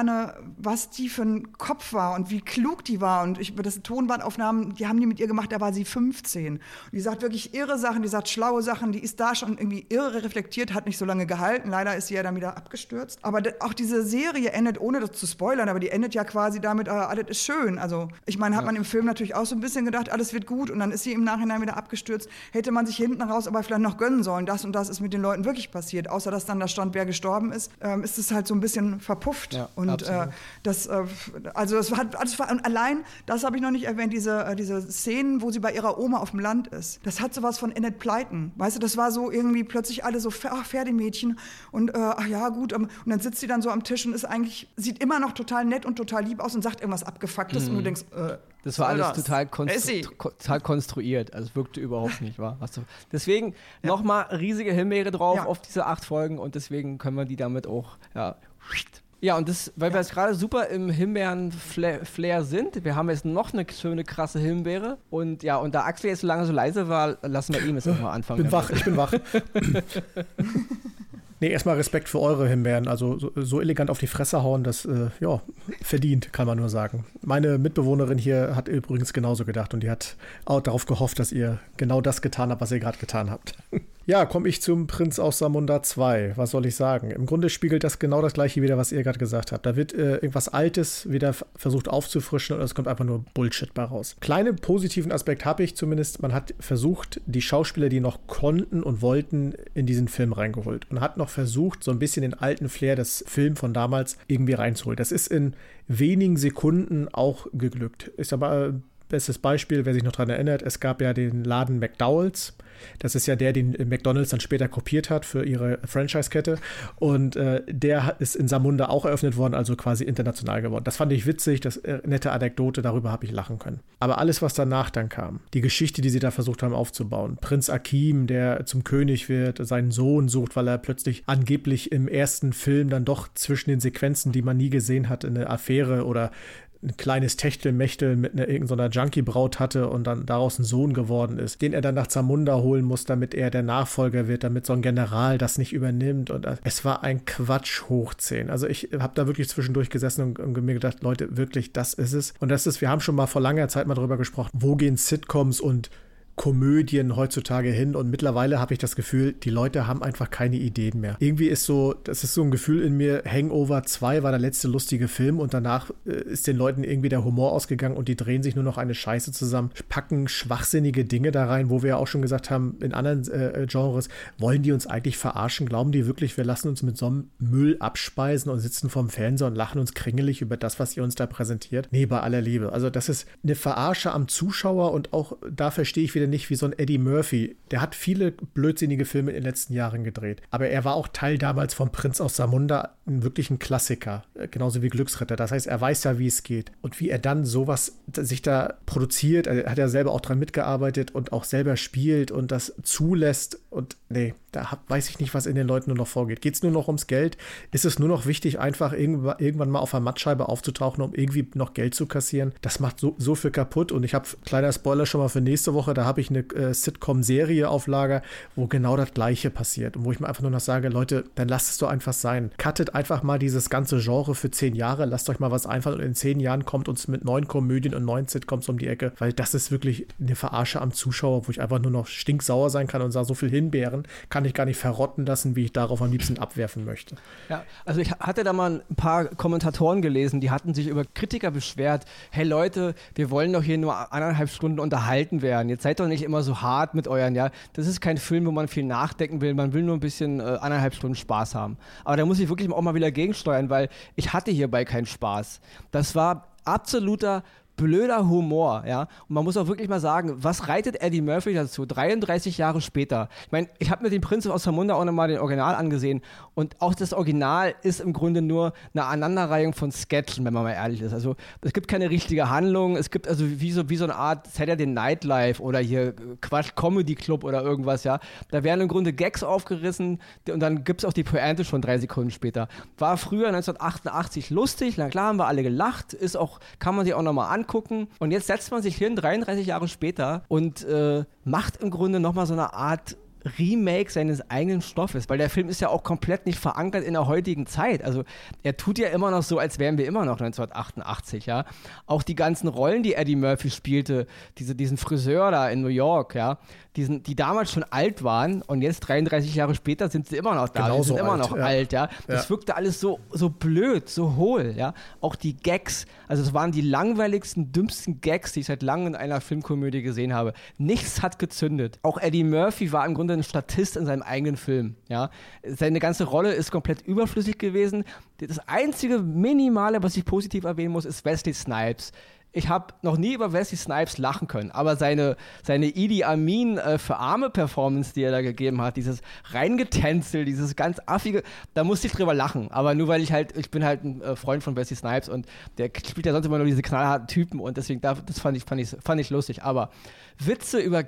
S4: die für ein Kopf war und wie klug die war. Und das Tonbandaufnahmen, die haben die mit ihr gemacht, da war sie 15. Und die sagt wirklich irre Sachen, die sagt schlaue Sachen, die ist da schon irgendwie irre reflektiert, hat nicht so lange gehalten. Leider ist sie ja dann wieder abgestürzt. Aber auch diese Serie endet, ohne das zu spoilern, aber die endet ja quasi damit, alles ist schön. Also ich meine, hat man im Film natürlich auch so ein bisschen gedacht, alles wird gut, und dann ist sie im Nachhinein wieder abgestürzt. Hätte man sich hinten raus aber vielleicht noch gönnen sollen. Das und das ist mit den Leuten wirklich passiert. Außer dass dann da stand, wer gestorben ist, ist es halt so ein bisschen verpufft. Ja, und das war und allein, das habe ich noch nicht erwähnt, diese Szenen, wo sie bei ihrer Oma auf dem Land ist. Das hat sowas von Enid Blyton. Weißt du, das war so irgendwie plötzlich alle so, Pferdemädchen und gut. Und dann sitzt sie dann so am Tisch und sieht immer noch total nett und total lieb aus und sagt irgendwas Abgefucktes und du denkst,
S2: das war alles total konstruiert. Also es wirkte überhaupt nicht, wahr? Deswegen nochmal riesige Himbeere drauf auf diese 8 Folgen, und deswegen können wir die damit auch, Ja, und weil wir jetzt gerade super im Himbeeren-Flair sind, wir haben jetzt noch eine schöne, krasse Himbeere. Und ja, und da Axel jetzt so lange so leise war, lassen wir ihm jetzt mal anfangen.
S3: Ich bin wach. Nee, erstmal Respekt für eure Himbeeren. Also so elegant auf die Fresse hauen, das verdient, kann man nur sagen. Meine Mitbewohnerin hier hat übrigens genauso gedacht, und die hat auch darauf gehofft, dass ihr genau das getan habt, was ihr gerade getan habt. Ja, komme ich zum Prinz aus Zamunda 2. Was soll ich sagen? Im Grunde spiegelt das genau das Gleiche wieder, was ihr gerade gesagt habt. Da wird irgendwas Altes wieder versucht aufzufrischen und es kommt einfach nur Bullshit bei raus. Kleinen positiven Aspekt habe ich zumindest. Man hat versucht, die Schauspieler, die noch konnten und wollten, in diesen Film reingeholt. Und hat noch versucht, so ein bisschen den alten Flair des Films von damals irgendwie reinzuholen. Das ist in wenigen Sekunden auch geglückt. Ist aber bestes Beispiel, wer sich noch daran erinnert, es gab ja den Laden McDowell's. Das ist ja der, den McDonald's dann später kopiert hat für ihre Franchise-Kette. Und der ist in Zamunda auch eröffnet worden, also quasi international geworden. Das fand ich witzig, das nette Anekdote, darüber habe ich lachen können. Aber alles, was danach dann kam, die Geschichte, die sie da versucht haben aufzubauen, Prinz Akim, der zum König wird, seinen Sohn sucht, weil er plötzlich angeblich im ersten Film dann doch zwischen den Sequenzen, die man nie gesehen hat, eine Affäre oder ein kleines Techtelmechtel mit irgendeiner Junkie-Braut hatte und dann daraus ein Sohn geworden ist, den er dann nach Zamunda holen muss, damit er der Nachfolger wird, damit so ein General das nicht übernimmt. Und es war ein Quatsch hoch 10. Also ich habe da wirklich zwischendurch gesessen und mir gedacht, Leute, wirklich, das ist es. Und wir haben schon mal vor langer Zeit mal drüber gesprochen, wo gehen Sitcoms und Komödien heutzutage hin und mittlerweile habe ich das Gefühl, die Leute haben einfach keine Ideen mehr. Irgendwie ist das ist so ein Gefühl in mir, Hangover 2 war der letzte lustige Film und danach ist den Leuten irgendwie der Humor ausgegangen und die drehen sich nur noch eine Scheiße zusammen, packen schwachsinnige Dinge da rein, wo wir ja auch schon gesagt haben, in anderen Genres, wollen die uns eigentlich verarschen? Glauben die wirklich, wir lassen uns mit so einem Müll abspeisen und sitzen vorm Fernseher und lachen uns kringelig über das, was ihr uns da präsentiert? Nee, bei aller Liebe. Also das ist eine Verarsche am Zuschauer und auch da verstehe ich wieder nicht, wie so ein Eddie Murphy. Der hat viele blödsinnige Filme in den letzten Jahren gedreht. Aber er war auch Teil damals vom Prinz aus Zamunda, wirklich ein Klassiker. Genauso wie Glücksritter. Das heißt, er weiß ja, wie es geht. Und wie er dann sowas sich da produziert, er hat ja selber auch dran mitgearbeitet und auch selber spielt und das zulässt. Und nee, da weiß ich nicht, was in den Leuten nur noch vorgeht. Geht es nur noch ums Geld? Ist es nur noch wichtig, einfach irgendwann mal auf der Mattscheibe aufzutauchen, um irgendwie noch Geld zu kassieren? Das macht so viel kaputt. Und ich habe, kleiner Spoiler schon mal für nächste Woche, da habe ich eine Sitcom-Serie auf Lager, wo genau das Gleiche passiert. Und wo ich mir einfach nur noch sage, Leute, dann lasst es doch einfach sein. Cuttet einfach mal dieses ganze Genre für 10 Jahre, lasst euch mal was einfallen und in 10 Jahren kommt uns mit neuen Komödien und neuen Sitcoms um die Ecke, weil das ist wirklich eine Verarsche am Zuschauer, wo ich einfach nur noch stinksauer sein kann und sage, so viel Himbeeren kann ich gar nicht verrotten lassen, wie ich darauf am liebsten abwerfen möchte.
S2: Ja, also ich hatte da mal ein paar Kommentatoren gelesen, die hatten sich über Kritiker beschwert, hey Leute, wir wollen doch hier nur 1,5 Stunden unterhalten werden, jetzt seid doch nicht immer so hart mit euren, ja, das ist kein Film, wo man viel nachdenken will, man will nur ein bisschen 1,5 Stunden Spaß haben. Aber da muss ich wirklich auch mal wieder gegensteuern, weil ich hatte hierbei keinen Spaß. Das war absoluter blöder Humor, ja. Und man muss auch wirklich mal sagen, was reitet Eddie Murphy dazu? 33 Jahre später. Ich meine, ich habe mir den Prinz aus Zamunda auch nochmal den Original angesehen und auch das Original ist im Grunde nur eine Aneinanderreihung von Sketchen, wenn man mal ehrlich ist. Also es gibt keine richtige Handlung, es gibt also wie so eine Art Saturday Night Live oder hier Quatsch Comedy Club oder irgendwas, ja. Da werden im Grunde Gags aufgerissen und dann gibt es auch die Pointe schon 3 Sekunden später. War früher 1988 lustig, na klar haben wir alle gelacht, kann man sich auch nochmal angucken. Und jetzt setzt man sich hin, 33 Jahre später, und macht im Grunde nochmal so eine Art Remake seines eigenen Stoffes, weil der Film ist ja auch komplett nicht verankert in der heutigen Zeit. Also er tut ja immer noch so, als wären wir immer noch 1988, ja. Auch die ganzen Rollen, die Eddie Murphy spielte, diesen Friseur da in New York, ja, die damals schon alt waren und jetzt 33 Jahre später sind sie immer noch da,
S3: genau,
S2: die sind immer noch alt, ja. Das
S3: Ja.
S2: wirkte alles so blöd, so hohl, ja. Auch die Gags, also es waren die langweiligsten, dümmsten Gags, die ich seit langem in einer Filmkomödie gesehen habe. Nichts hat gezündet. Auch Eddie Murphy war im Grunde ein Statist in seinem eigenen Film, ja. Seine ganze Rolle ist komplett überflüssig gewesen. Das einzige Minimale, was ich positiv erwähnen muss, ist Wesley Snipes. Ich habe noch nie über Wesley Snipes lachen können, aber seine Idi Amin für arme Performance, die er da gegeben hat, dieses Reingetänzel, dieses ganz affige, da musste ich drüber lachen. Aber nur weil ich bin halt ein Freund von Wesley Snipes und der spielt ja sonst immer nur diese knallharten Typen und deswegen, das fand ich lustig. Aber Witze über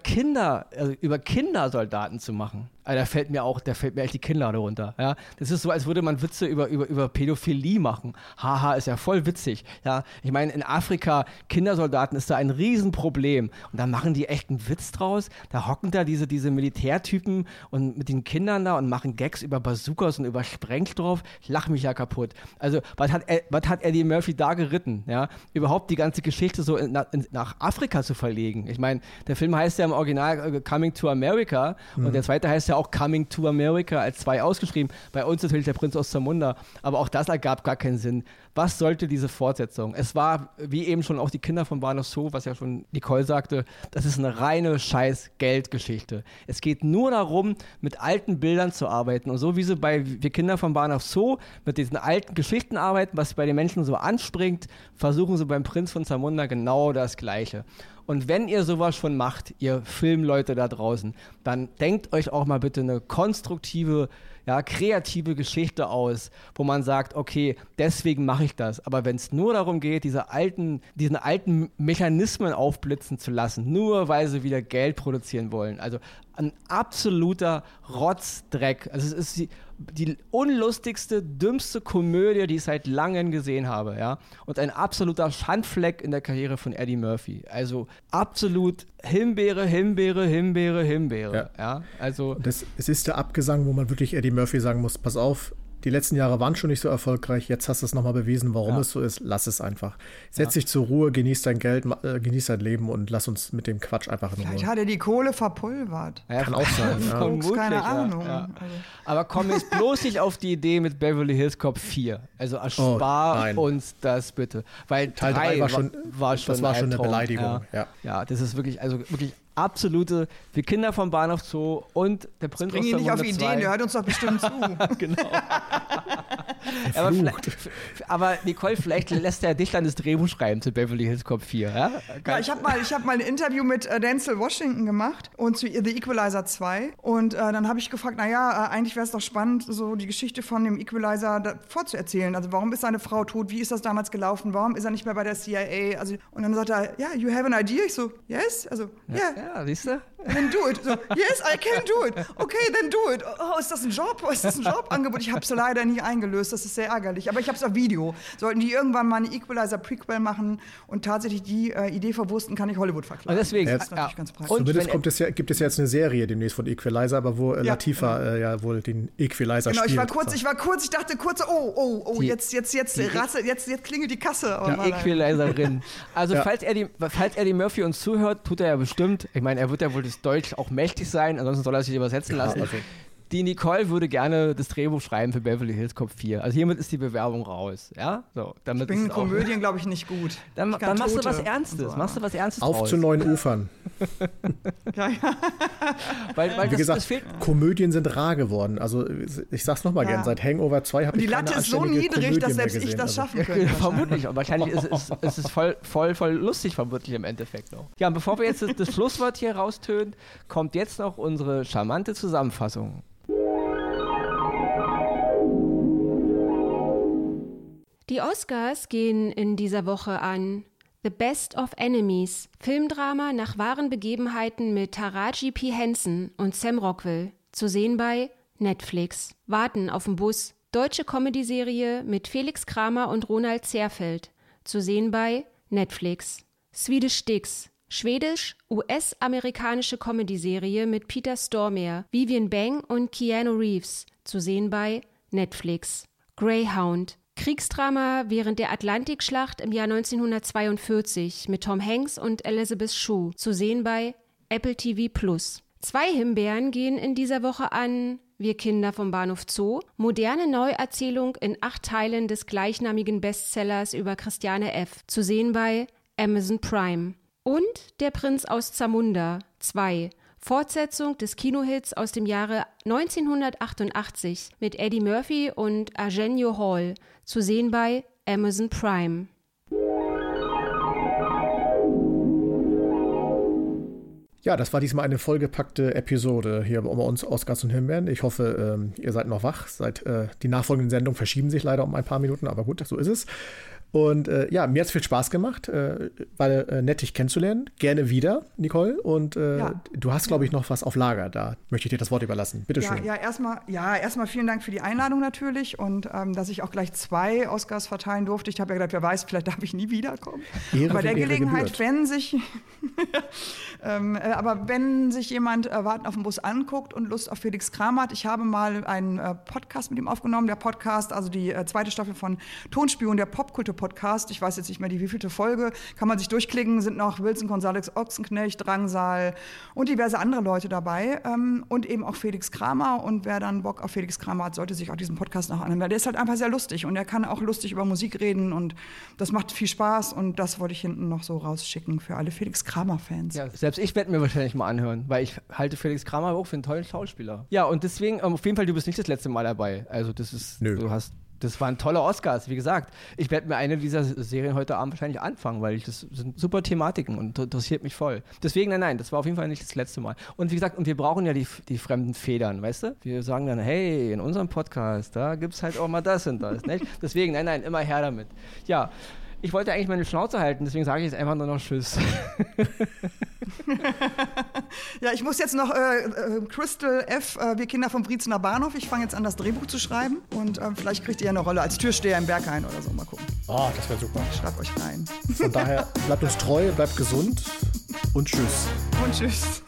S2: Kindersoldaten zu machen, also da fällt mir echt die Kinnlade runter. Ja? Das ist so, als würde man Witze über Pädophilie machen. Haha, ist ja voll witzig. Ja? Ich meine, in Afrika Kindersoldaten ist da ein Riesenproblem. Und da machen die echt einen Witz draus. Da hocken da diese Militärtypen und mit den Kindern da und machen Gags über Bazookas und über Sprengstoff. Ich lache mich ja kaputt. Also, was hat Eddie Murphy da geritten? Ja? Überhaupt die ganze Geschichte so nach Afrika zu verlegen. Ich meine, der Film heißt ja im Original Coming to America und der zweite heißt ja auch Coming to America als 2 ausgeschrieben. Bei uns natürlich der Prinz aus Zamunda. Aber auch das ergab gar keinen Sinn. Was sollte diese Fortsetzung? Es war, wie eben schon auch die Kinder von Bahnhof Zoo, was ja schon Nicole sagte, das ist eine reine Scheiß-Geldgeschichte. Es geht nur darum, mit alten Bildern zu arbeiten. Und so wie sie bei Wir Kinder von Bahnhof Zoo mit diesen alten Geschichten arbeiten, was bei den Menschen so anspringt, versuchen sie beim Prinz von Zamunda genau das Gleiche. Und wenn ihr sowas schon macht, ihr Filmleute da draußen, dann denkt euch auch mal bitte eine konstruktive, kreative Geschichte aus, wo man sagt, okay, deswegen mache ich das. Aber wenn es nur darum geht, diesen alten Mechanismen aufblitzen zu lassen, nur weil sie wieder Geld produzieren wollen, also ein absoluter Rotzdreck. Also es ist die unlustigste, dümmste Komödie, die ich seit langem gesehen habe, ja. Und ein absoluter Schandfleck in der Karriere von Eddie Murphy. Also absolut Himbeere. Ja. Also
S3: es ist der Abgesang, wo man wirklich Eddie Murphy sagen muss, pass auf, die letzten Jahre waren schon nicht so erfolgreich, jetzt hast du es nochmal bewiesen, warum es so ist, lass es einfach. Setz dich zur Ruhe, genieß dein Geld, genieß dein Leben und lass uns mit dem Quatsch einfach in Ruhe.
S4: Vielleicht hat er die Kohle verpulvert.
S2: Ja,
S3: kann auch sein.
S2: Vermutlich,
S4: keine Ahnung.
S2: Ja. Aber komm jetzt bloß nicht auf die Idee mit Beverly Hills Cop 4. Also erspar uns das bitte. Weil
S3: Teil 3 war schon
S2: das
S3: war schon eine Beleidigung.
S2: Ja, das ist wirklich absolute, wir Kinder vom Bahnhof Zoo und der Prinz aus
S4: Bring ihn nicht auf Ideen, der hört uns doch bestimmt zu.
S2: Genau. aber Nicole, vielleicht lässt er dich dann das Drehbuch schreiben zu Beverly Hills Cop 4. Ja,
S4: ich hab mal ein Interview mit Denzel Washington gemacht und zu The Equalizer 2 und dann habe ich gefragt, eigentlich wäre es doch spannend, so die Geschichte von dem Equalizer vorzuerzählen. Also warum ist seine Frau tot, wie ist das damals gelaufen, warum ist er nicht mehr bei der CIA? Also, und dann sagt er, you have an idea? Ich so, yes? Also,
S2: Ja, siehst du?
S4: Then do it. So, yes, I can do it. Okay, then do it. Oh, ist das ein Job? Ist das ein Jobangebot? Ich habe es leider nie eingelöst. Das ist sehr ärgerlich. Aber ich habe es auf Video. Sollten die irgendwann mal eine Equalizer-Prequel machen und tatsächlich die Idee verwursten, kann ich Hollywood verklagen.
S2: Und deswegen,
S4: das ist natürlich ganz praktisch.
S3: Zumindest gibt es ja jetzt eine Serie demnächst von Equalizer, aber wo Latifah wohl den Equalizer spielt.
S4: Ich dachte kurz, jetzt klingelt die Kasse.
S2: Die Equalizerin. Also falls Eddie Murphy uns zuhört, tut er ja bestimmt. Ich meine, er wird ja wohl das Deutsch auch mächtig sein, ansonsten soll er sich übersetzen lassen. Also. Die Nicole würde gerne das Drehbuch schreiben für Beverly Hills Cop 4. Also hiermit ist die Bewerbung raus. Ja? So, damit
S4: ich bin in Komödien, glaube ich, nicht gut.
S2: Dann machst du was Ernstes. So.
S3: Auf zu neuen Ufern.
S2: Weil
S3: wie gesagt, Komödien sind rar geworden. Also ich sag's nochmal gern, seit Hangover 2 habe ich keine
S4: Die Latte ist so niedrig, dass selbst ich das schaffen könnte.
S2: Vermutlich. Und wahrscheinlich ist es voll lustig, vermutlich im Endeffekt noch. Ja, und bevor wir jetzt das Schlusswort hier raustönen, kommt jetzt noch unsere charmante Zusammenfassung.
S1: Die Oscars gehen in dieser Woche an The Best of Enemies, Filmdrama nach wahren Begebenheiten mit Taraji P. Henson und Sam Rockwell, zu sehen bei Netflix. Warten auf den Bus, deutsche Comedy-Serie mit Felix Kramer und Ronald Zerfeld, zu sehen bei Netflix. Swedish Dicks, schwedisch-US-amerikanische Comedy-Serie mit Peter Stormare, Vivian Bang und Keanu Reeves, zu sehen bei Netflix. Greyhound, Kriegsdrama während der Atlantikschlacht im Jahr 1942 mit Tom Hanks und Elizabeth Shue, zu sehen bei Apple TV+. 2 Himbeeren gehen in dieser Woche an Wir Kinder vom Bahnhof Zoo, moderne Neuerzählung in 8 Teilen des gleichnamigen Bestsellers über Christiane F., zu sehen bei Amazon Prime. Und Der Prinz aus Zamunda 2, Fortsetzung des Kinohits aus dem Jahre 1988 mit Eddie Murphy und Arsenio Hall, zu sehen bei Amazon Prime.
S3: Ja, das war diesmal eine vollgepackte Episode hier bei uns, Oscars und Himbeeren. Ich hoffe, ihr seid noch wach. Die nachfolgenden Sendungen verschieben sich leider um ein paar Minuten, aber gut, so ist es. Und ja, mir hat es viel Spaß gemacht, weil nett, dich kennenzulernen. Gerne wieder, Nicole. Und du hast, glaube ich, noch was auf Lager. Da möchte ich dir das Wort überlassen. Bitte schön.
S4: Erstmal vielen Dank für die Einladung natürlich und dass ich auch gleich 2 Oscars verteilen durfte. Ich habe ja gedacht, wer weiß, vielleicht darf ich nie wiederkommen. Bei der Gelegenheit, wenn sich jemand Warten auf den Bus anguckt und Lust auf Felix Kramer hat, ich habe mal einen Podcast mit ihm aufgenommen. Der Podcast, also die 2. Staffel von Tonspion, der Popkultur-Podcast. Ich weiß jetzt nicht mehr die wievielte Folge. Kann man sich durchklicken, sind noch Wilson González Ochsenknecht, Drangsal und diverse andere Leute dabei. Und eben auch Felix Kramer. Und wer dann Bock auf Felix Kramer hat, sollte sich auch diesen Podcast noch anhören. Weil der ist halt einfach sehr lustig und er kann auch lustig über Musik reden und das macht viel Spaß und das wollte ich hinten noch so rausschicken für alle Felix Kramer-Fans.
S2: Ja, selbst ich werde mir wahrscheinlich mal anhören, weil ich halte Felix Kramer auch für einen tollen Schauspieler. Ja, und deswegen, auf jeden Fall, du bist nicht das letzte Mal dabei. Also das waren tolle Oscars, wie gesagt. Ich werde mir eine dieser Serien heute Abend wahrscheinlich anfangen, weil das sind super Thematiken und interessiert mich voll. Deswegen, nein, das war auf jeden Fall nicht das letzte Mal. Und wie gesagt, und wir brauchen ja die fremden Federn, weißt du? Wir sagen dann, hey, in unserem Podcast, da gibt's halt auch mal das und das, nicht? Deswegen, nein, immer her damit. Ja, ich wollte eigentlich meine Schnauze halten, deswegen sage ich jetzt einfach nur noch Tschüss.
S4: Ja, ich muss jetzt noch Crystal F., wir Kinder vom Brizener Bahnhof. Ich fange jetzt an, das Drehbuch zu schreiben und vielleicht kriegt ihr ja eine Rolle als Türsteher im Berghain oder so. Mal gucken.
S3: Oh, das wäre super.
S4: Ich schreibe euch rein.
S3: Von daher, bleibt uns treu, bleibt gesund und tschüss.
S4: Und tschüss.